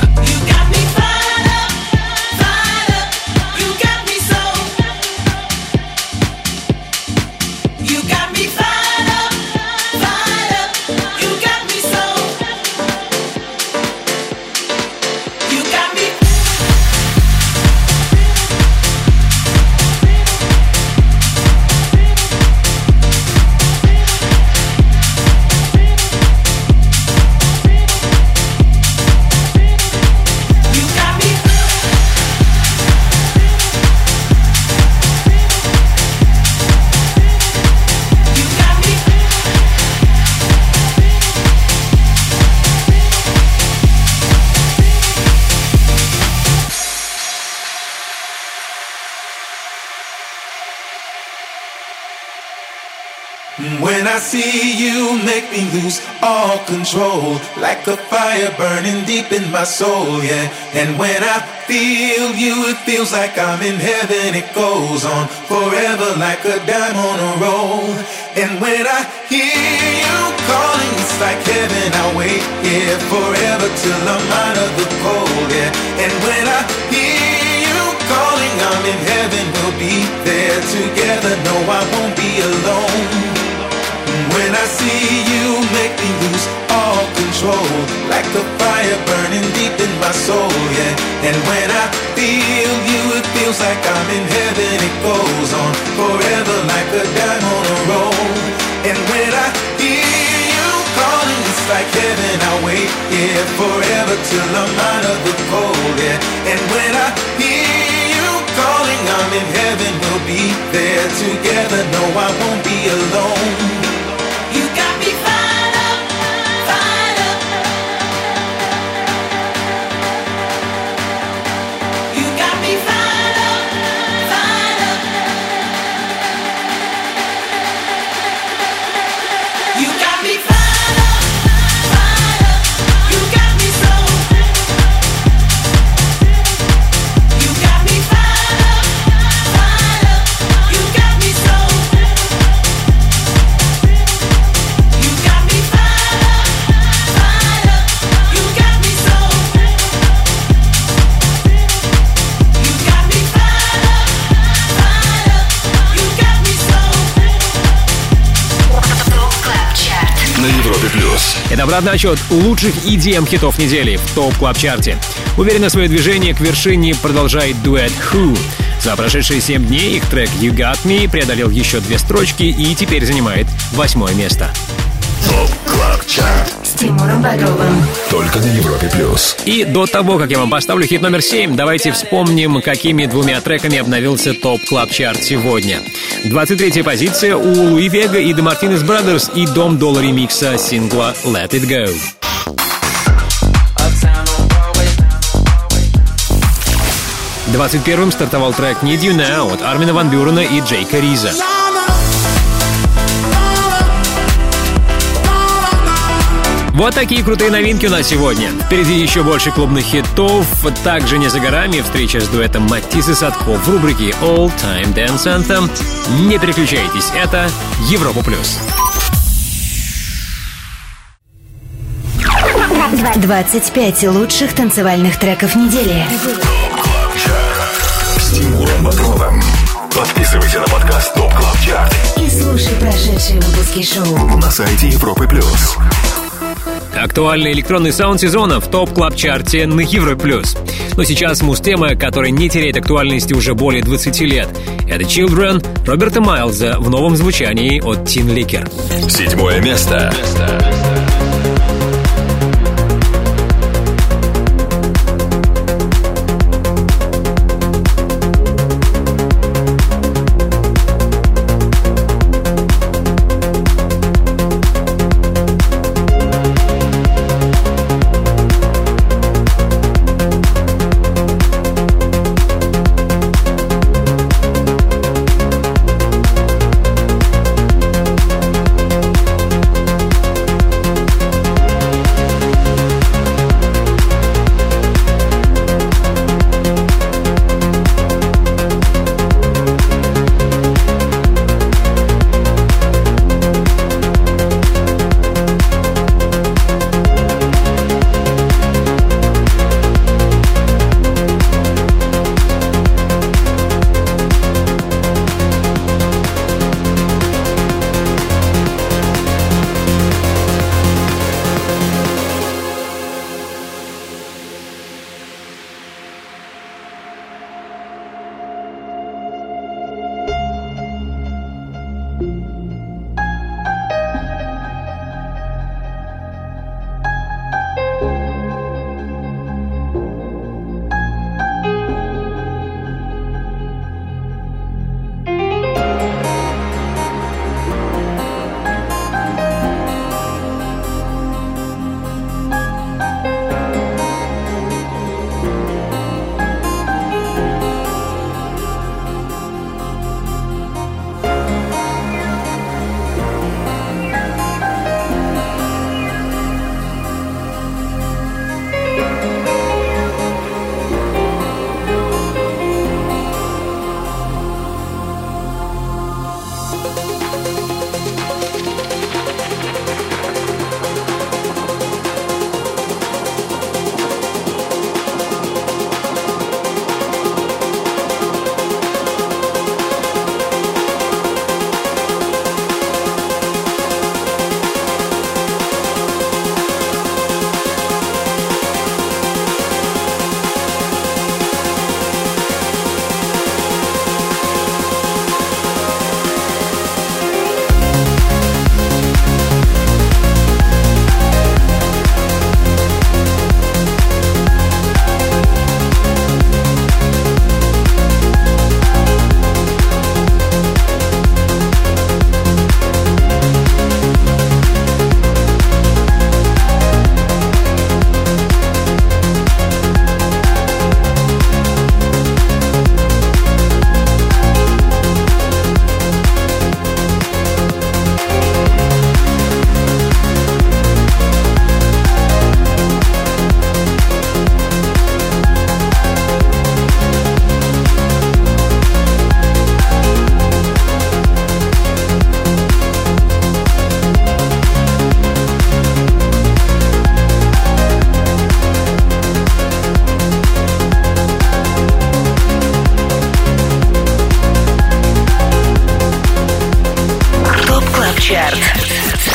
When I see you, make me lose all control, like a fire burning deep in my soul, yeah. And when I feel you, it feels like I'm in heaven. It goes on forever like a dime on a roll. And when I hear you calling, it's like heaven. I wait here forever till I'm out of the cold, yeah. And when I hear you calling, I'm in heaven, we'll be there together. No, I won't be alone. When I see you, make me lose all control, like a fire burning deep in my soul, yeah. And when I feel you, it feels like I'm in heaven. It goes on forever like a dime on a roll. And when I hear you calling, it's like heaven. I'll wait here forever till I'm out of the cold, yeah. And when I hear you calling, I'm in heaven. We'll be there together. No, I won't be alone. You got me fired up, fired up. You got me fired up, fired up. You got me fired up, fired up. You got me so. You got me fired up, fired up. You got me so. На Европе плюс. Это обратный отчет лучших и ди эм-хитов недели в ТОП Клаб Чарте. Уверенно свое движение к вершине продолжает дуэт Who. За прошедшие семь дней их трек You Got Me преодолел еще две строчки и теперь занимает восьмое место. ТОП Клаб Чарт. С Тимуром Бодровым. Только на Европе плюс. И до того, как я вам поставлю хит номер семь, давайте вспомним, какими двумя треками обновился ТОП Клаб Чарт сегодня. двадцать третья позиция у Луи Вега и The Martinez Brothers и Дом Долла ремикса сингла Let It Go. двадцать первым стартовал трек Need You Now от Армина Ван Бюрена и Джейка Риза. Вот такие крутые новинки у нас сегодня. Впереди еще больше клубных хитов. Также не за горами встреча с дуэтом Матис и Садко в рубрике All Time Dance Anthem. Не переключайтесь, это Европа Плюс. двадцать пять лучших танцевальных треков недели. С Тимуром Бодровым. Подписывайся на подкаст ТОП Клаб Чарт И слушай прошедшие выпуски шоу на сайте Европы плюс. Актуальный электронный саунд сезона в ТОП Клаб Чарте на Европе плюс. Но сейчас муз-тема, которая не теряет актуальности уже более двадцати лет. Это Children Роберта Майлза в новом звучании от Tin Licker. Седьмое место.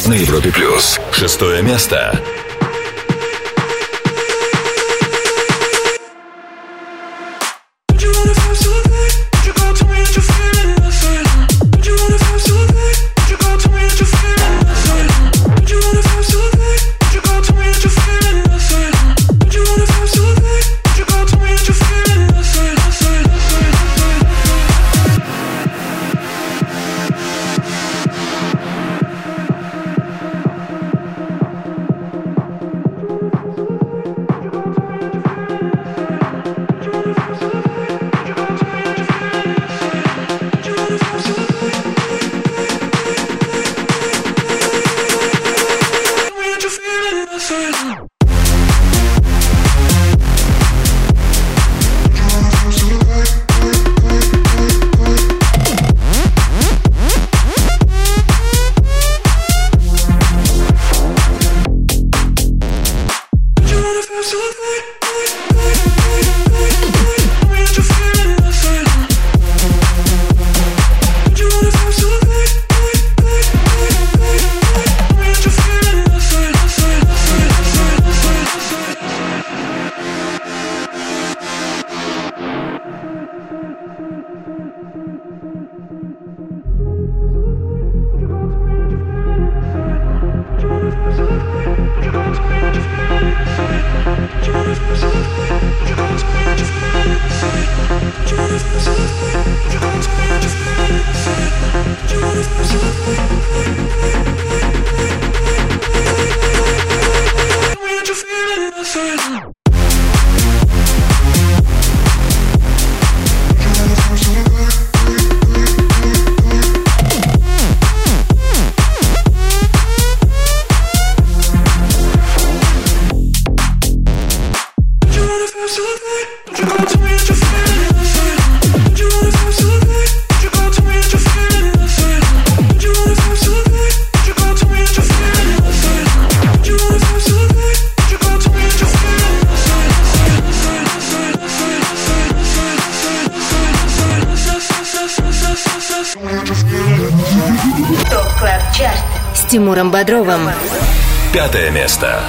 на Европе плюс. Шестое место. С Тимуром Бодровым. Пятое место.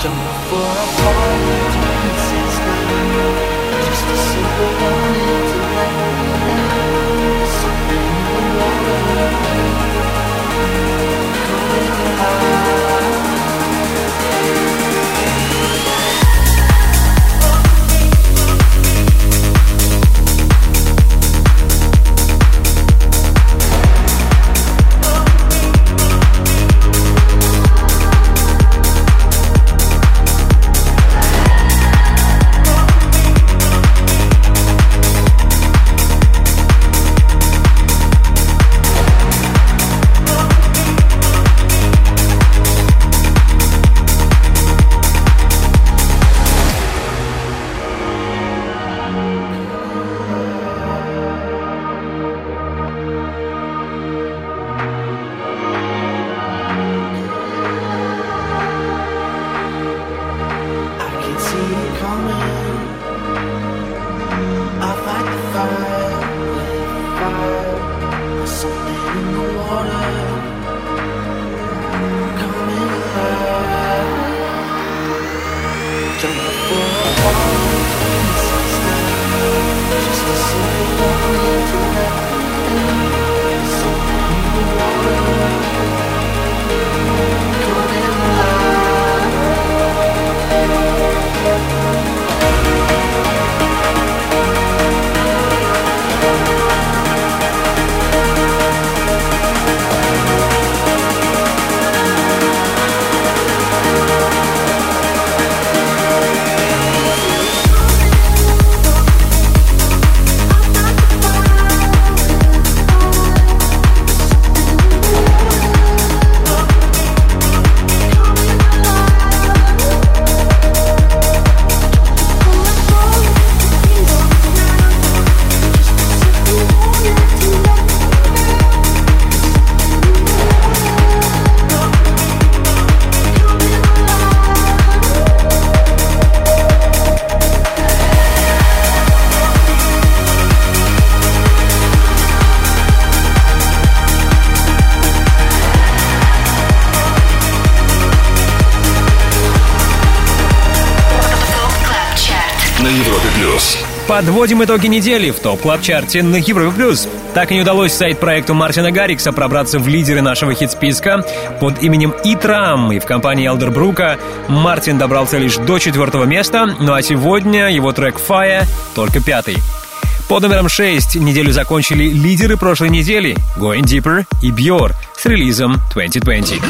плюс. Подводим итоги недели в топ-клаб-чарте на Европе плюс. Так и не удалось сайт-проекту Мартина Гаррикса пробраться в лидеры нашего хит-списка под именем Итрам. И в компании Элдербрука Мартин добрался лишь до четвертого места, ну а сегодня его трек Fire только пятый. Под номером шесть неделю закончили лидеры прошлой недели Going Deeper и Björk с релизом двадцать двадцать.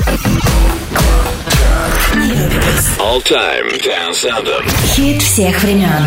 All Time Dance Anthem. Хит всех времен.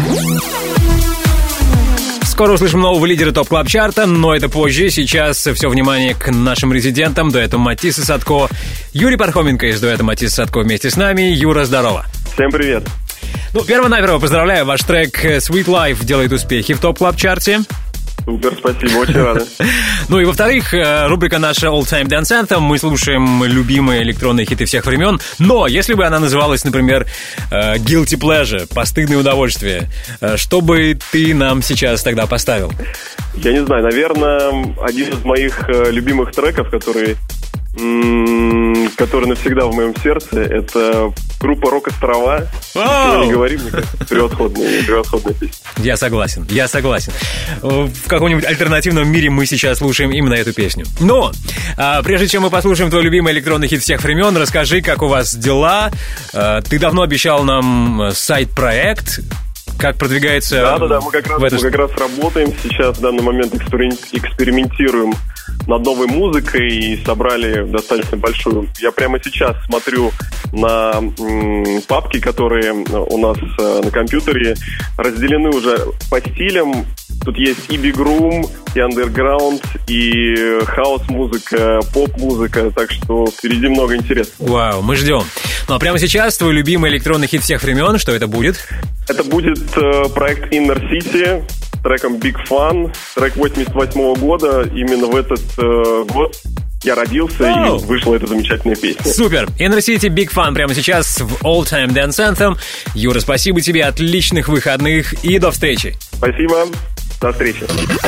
Скоро услышим нового лидера топ-клаб-чарта, но это позже. Сейчас все внимание к нашим резидентам, дуэту Матис и Садко. Юрий Пархоменко из дуэта Матис и Садко вместе с нами. Юра, здорово. Всем привет. Ну, перво-наперво поздравляю, ваш трек Sweet Life делает успехи в топ-клаб-чарте. Супер, спасибо, очень рады. Ну и во-вторых, рубрика наша All Time Dance Anthem. Мы слушаем любимые электронные хиты всех времен. Но если бы она называлась, например, Guilty Pleasure, постыдное удовольствие, что бы ты нам сейчас тогда поставил? Я не знаю, наверное, один из моих любимых треков, который, который навсегда в моем сердце, это группа «Рок-острова». Что не говори, мне кажется, превосходная, превосходная песня. Я согласен, я согласен. В каком-нибудь альтернативном мире мы сейчас слушаем именно эту песню. Но, а, прежде чем мы послушаем твой любимый электронный хит всех времен, расскажи, как у вас дела. А, ты давно обещал нам сайт-проект. Как продвигается... Да-да-да, мы как раз, мы как раз работаем сейчас, в данный момент экспериментируем над новой музыкой и собрали достаточно большую. Я прямо сейчас смотрю на м, папки, которые у нас э, на компьютере разделены уже по стилям. Тут есть и Big Room, и Underground, и хаус-музыка, поп-музыка, так что впереди много интересного. Вау, мы ждем. Ну а прямо сейчас твой любимый электронный хит всех времен, что это будет? Это будет э, проект Inner City с треком Big Fun, трек восемьдесят восьмого года. Именно в этот э, год я родился, oh. и вышла эта замечательная песня. Супер! Inner City Big Fun прямо сейчас в All Time Dance Anthem. Юра, спасибо тебе, отличных выходных и до встречи. Спасибо, до встречи.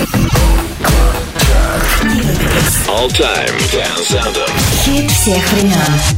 All Time Dance Anthem. Хит всех времен.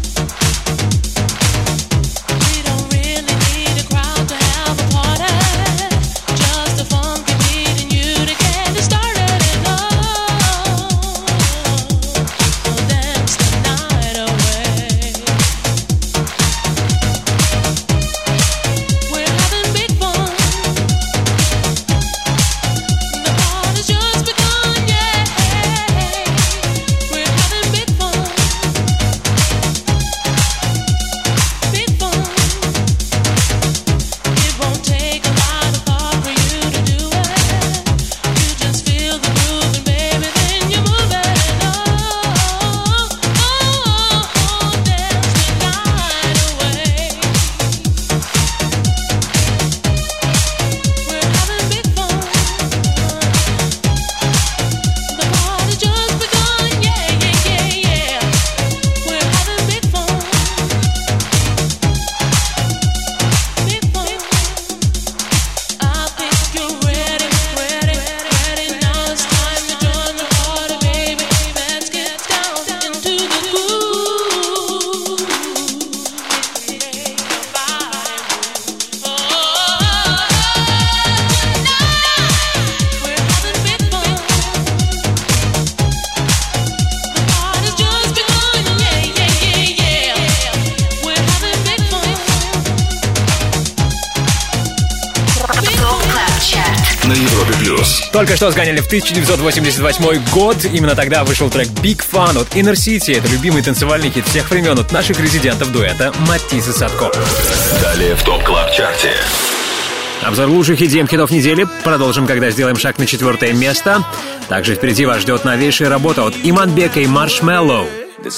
Только что сгоняли в тысяча девятьсот восемьдесят восьмой год. Именно тогда вышел трек Big Fun от Inner City. Это любимый танцевальный хит всех времен от наших резидентов дуэта Матис и Садко. Далее в топ-клаб-чарте. Обзор лучших и ди эм-хитов недели. Продолжим, когда сделаем шаг на четвертое место. Также впереди вас ждет новейшая работа от Иманбека и Marshmello.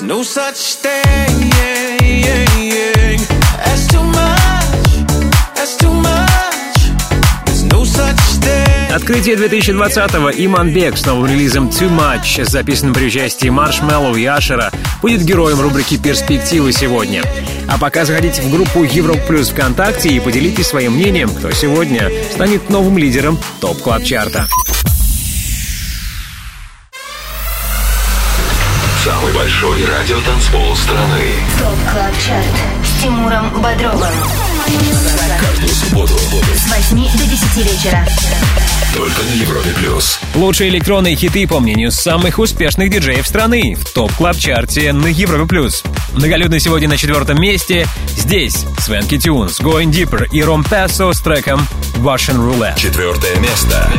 Открытие две тысячи двадцатого. Иманбек с новым релизом Too Much, записанным при участии Marshmello и Ашера, будет героем рубрики «Перспективы» сегодня. А пока заходите в группу Европа Плюс ВКонтакте и поделитесь своим мнением, кто сегодня станет новым лидером топ-клаб-чарта. Самый большой радиотанцпол страны. ТОП КЛАБ ЧАРТ с Тимуром Бодровым. Каждую субботу С восьми до десяти вечера. только на Европе плюс. Лучшие электронные хиты, по мнению самых успешных диджеев страны, в топ-клаб-чарте на Европе плюс. Многолюдно сегодня на четвертом месте. Здесь Свенки Тюнс, Going Deeper и Ром Пасо с треком Russian Roulette. Четвертое место.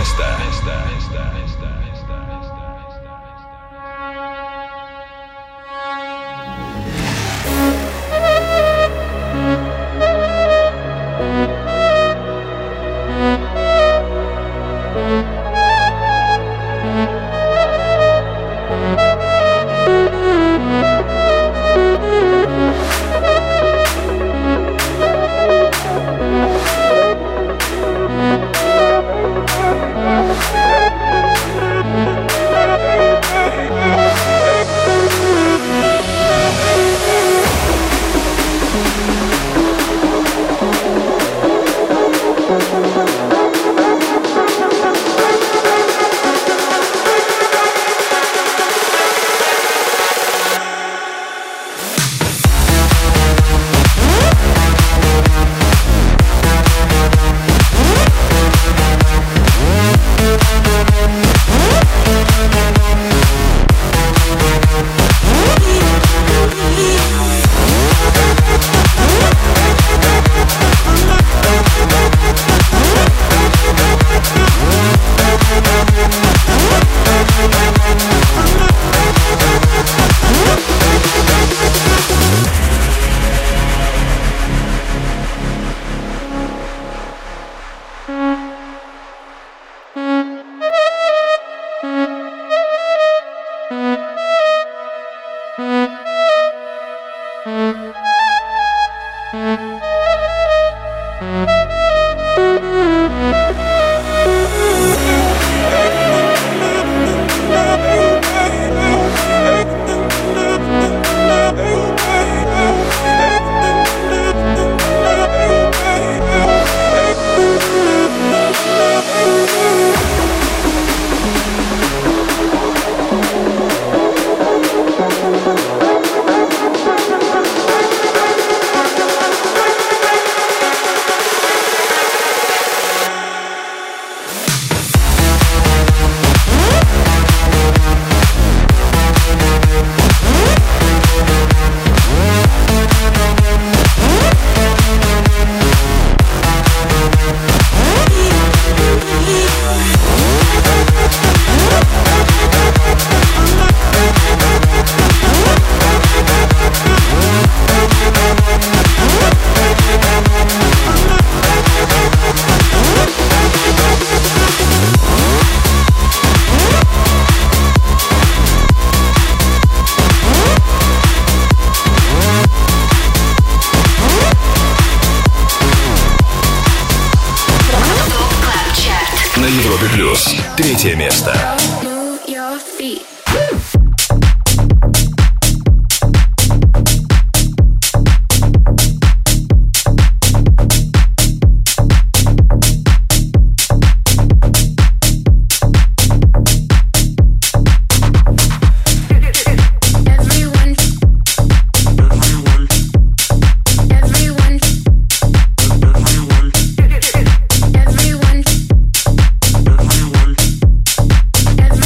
Третье место. Everyone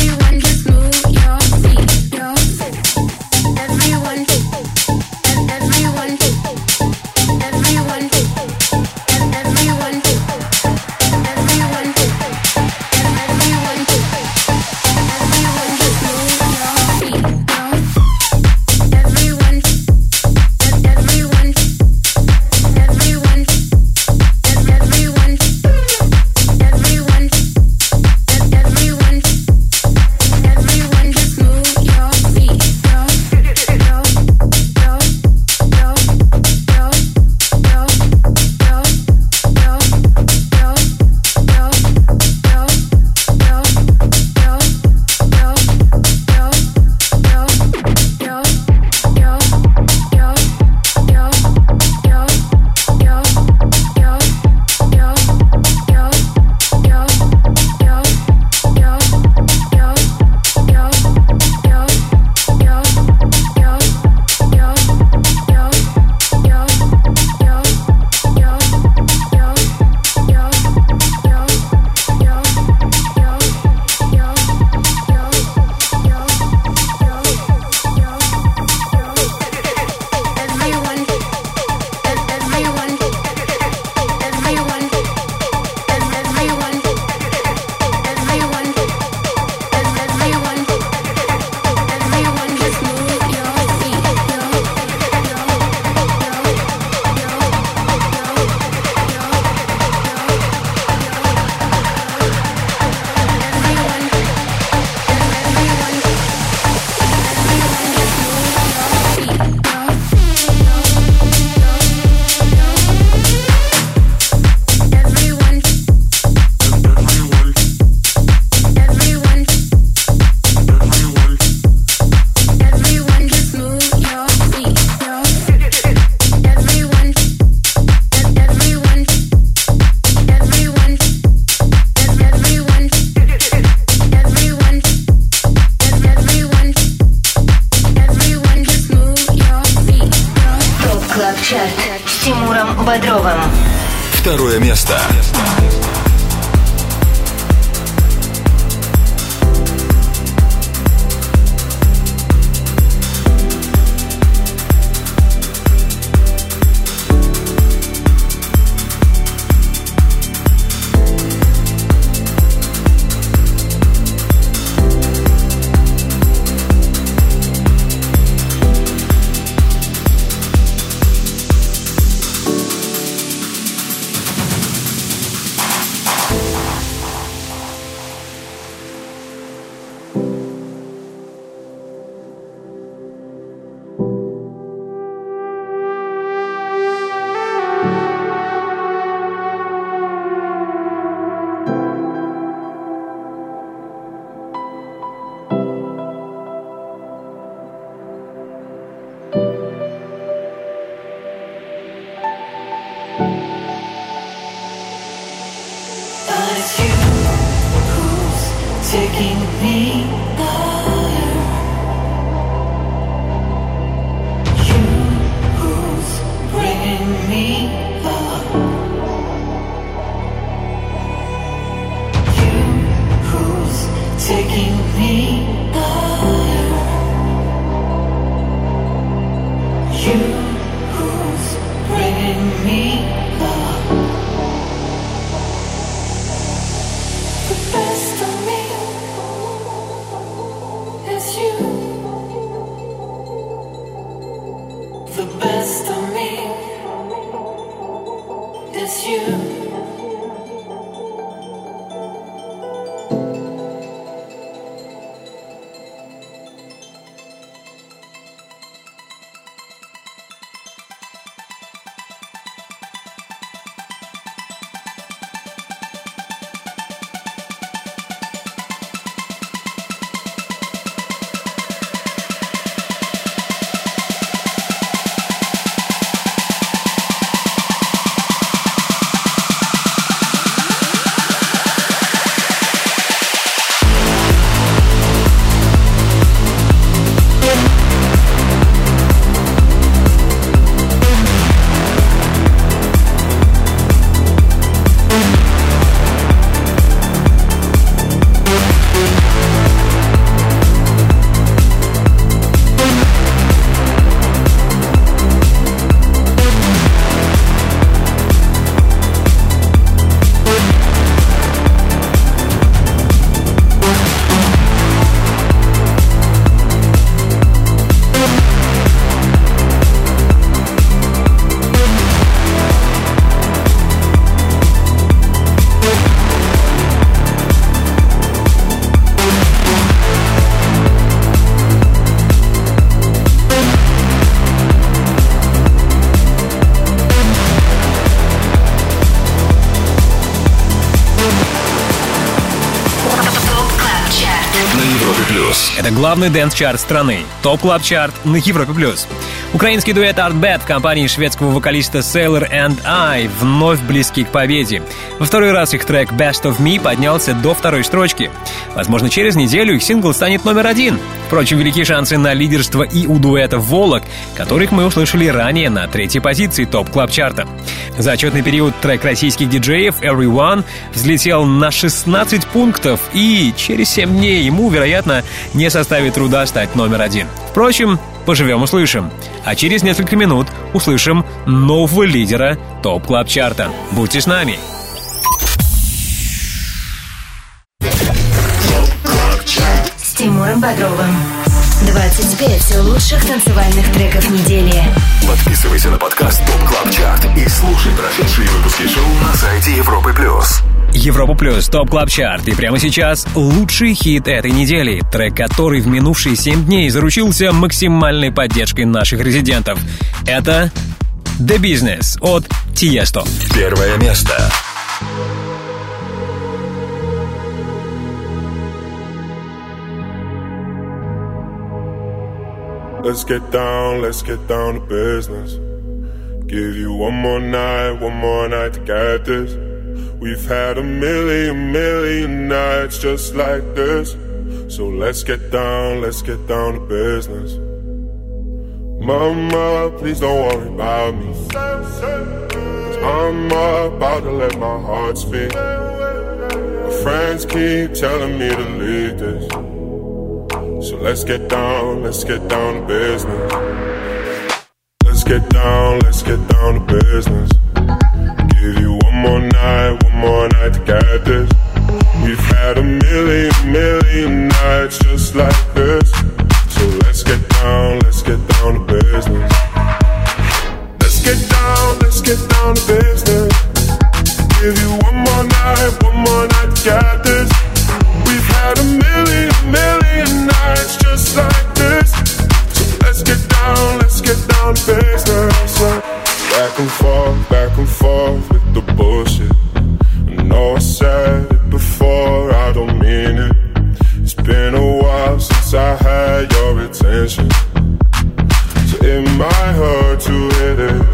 Чарт с Тимуром Бодровым. Второе место. Это главный дэнс-чарт страны. Топ Клаб Чарт на Европе плюс. Украинский дуэт Art Bad в компании шведского вокалиста Sailor and I вновь близки к победе. Во второй раз их трек Best of Me поднялся до второй строчки. Возможно, через неделю их сингл станет номер один. Впрочем, велики шансы на лидерство и у дуэта Волок, которых мы услышали ранее на третьей позиции Топ Клаб Чарта. За отчетный период трек российских диджеев Everyone взлетел на шестнадцать пунктов, и через семь дней ему, вероятно, не составит труда стать номер один. Впрочем, поживем услышим. А через несколько минут услышим нового лидера Топ Клаб Чарта. Будьте с нами. С Тимуром Бодровым. двадцать пять лучших танцевальных треков недели. Подписывайся на подкаст Топ Клаб Чарт и слушай прошедшие выпуски шоу на сайте Европы плюс. Европа плюс, Топ Клаб Чарт. И прямо сейчас лучший хит этой недели. Трек, который в минувшие семь дней заручился максимальной поддержкой наших резидентов. Это The Business от Tiesto. Первое место. Let's get down, let's get down to business. Give you one more night, one more night to get this. We've had a million, million nights just like this. So let's get down, let's get down to business. Mama, please don't worry about me. I'm about to let my heart speak. My friends keep telling me to leave this. So let's get down, let's get down to business. Let's get down, let's get down to business. Give you one more night, one more night to get this. We've had a million, million nights just like this. So let's get down, let's get down to business. Let's get down, let's get down to business. Give you one more night, one more night to get this. We've had a million, million nights just like this. So let's get down, let's get down to business. Back and forth, back and forth with the bullshit. I know I said it before, I don't mean it. It's been a while since I had your attention, so it might hurt to hit it.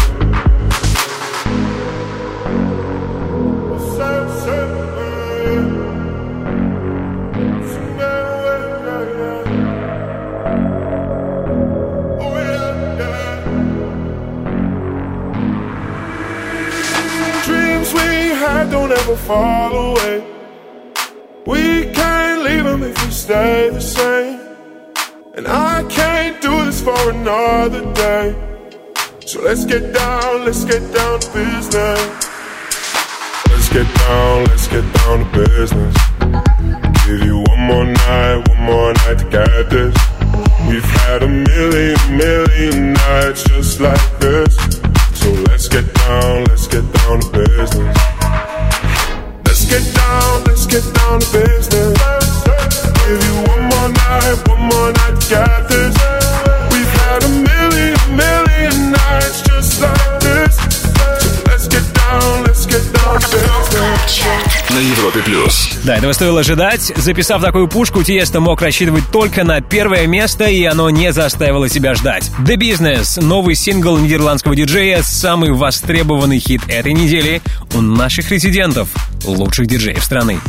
Dreams we had don't ever fall away. We can't leave them if we stay the same. And I can't do this for another day. So let's get down, let's get down to business. Let's get down, let's get down to business. Give you one more night, one more night to get this. We've had a million, million nights just like this. So let's get down, let's get down to business. Let's get down, let's get down to business. Give you one more night, one more night to get this. We've had a million, million nights just like this. So let's get down, let's get down to business. На Европе плюс. Да, этого стоило ожидать. Записав такую пушку, Тиесто мог рассчитывать только на первое место, и оно не заставило себя ждать. The Business — новый сингл нидерландского диджея, самый востребованный хит этой недели у наших резидентов, лучших диджеев страны.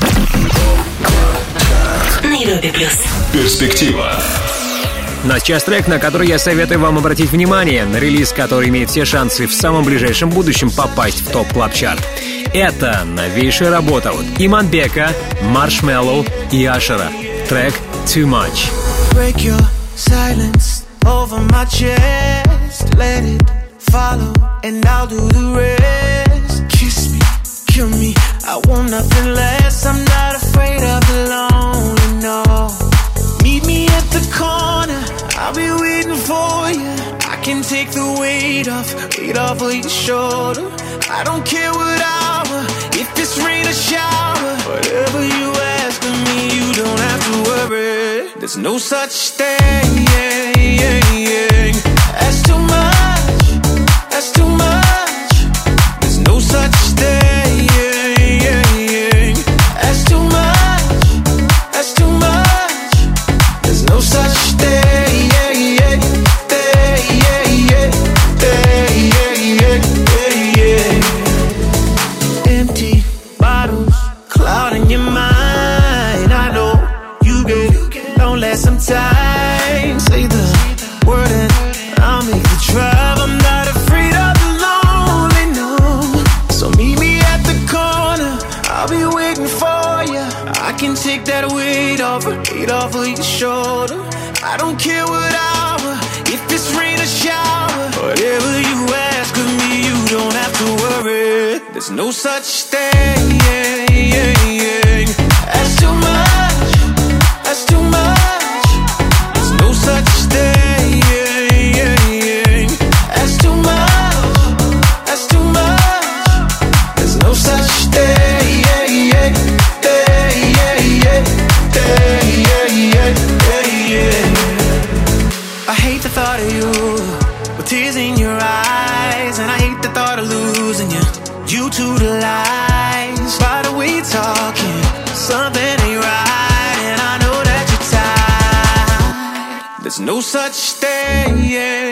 На Европе плюс. Перспектива. На сейчас трек, на который я советую вам обратить внимание, на релиз, который имеет все шансы в самом ближайшем будущем попасть в топ-клаб-чарт. Это новейшая работа от Иманбека, Маршмеллоу и Ашера. Трек «Too Much». Break your silence over my chest. Let it follow and I'll do the rest. Kiss me, kill me, I want nothing less. I'm not afraid of the lonely, no. Meet me at the corner, I'll be waiting for you. I can take the weight off, weight off of your shoulder. I don't care what hour, if it's rain or shower. Whatever you ask of me, you don't have to worry. There's no such thing as too much, that's too much. There's no such thing as too much, that's too much. There's no such thing. Empty bottles, clouding your mind. I know you get lonely sometimes. Say the word and I'll make the drive. I'm not afraid of the lonely, no. So meet me at the corner, I'll be waiting for you. I can take that weight off, weight off of your shoulder. I don't care what hour, if it's rain or shower. Whatever you ask of me, you don't have to worry. There's no such thing as too much, that's too much. There's no such thing as too much, that's too much. There's no such thing. I hate the thought of you with tears in your eyes, and I hate the thought of losing you. You to the lies, by the way you're talking, something ain't right, and I know that you're tired. There's no such thing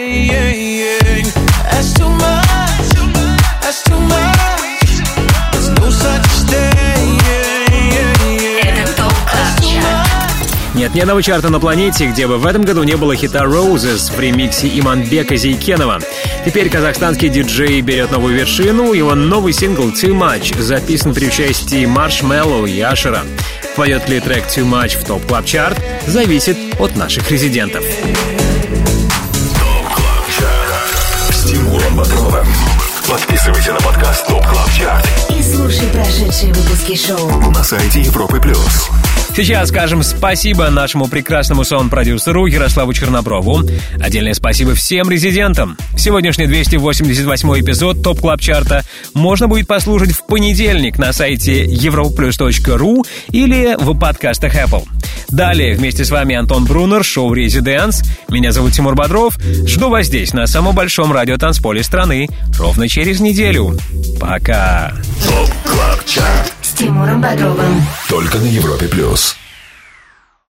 as too much, that's too much. There's no such thing. Нет, Ни одного чарта на планете, где бы в этом году не было хита Roses в ремиксе Иманбека Зейкенова. Теперь казахстанский диджей берет новую вершину. Его новый сингл Too Much записан при участии Маршмеллоу и Ашера. Пойдет ли трек Too Much в топ клаб чарт, зависит от наших резидентов. С Тимуром Бодровым. Подписывайся на подкаст Топ Клаб Чарт и слушай прошедшие выпуски шоу на сайте Европы плюс. Сейчас скажем спасибо нашему прекрасному саунд-продюсеру Ярославу Черноброву. Отдельное спасибо всем резидентам. Сегодняшний двести восемьдесят восьмой эпизод Топ Клаб Чарта можно будет послушать в понедельник на сайте европаплюс точка ру или в подкастах Apple. Далее вместе с вами Антон Брунер, шоу «Резиденс». Меня зовут Тимур Бодров. Жду вас здесь, на самом большом радиотанцполе страны, ровно через неделю. Пока. Топ Клаб Чарт с Тимуром Бодровым. только на Европе плюс.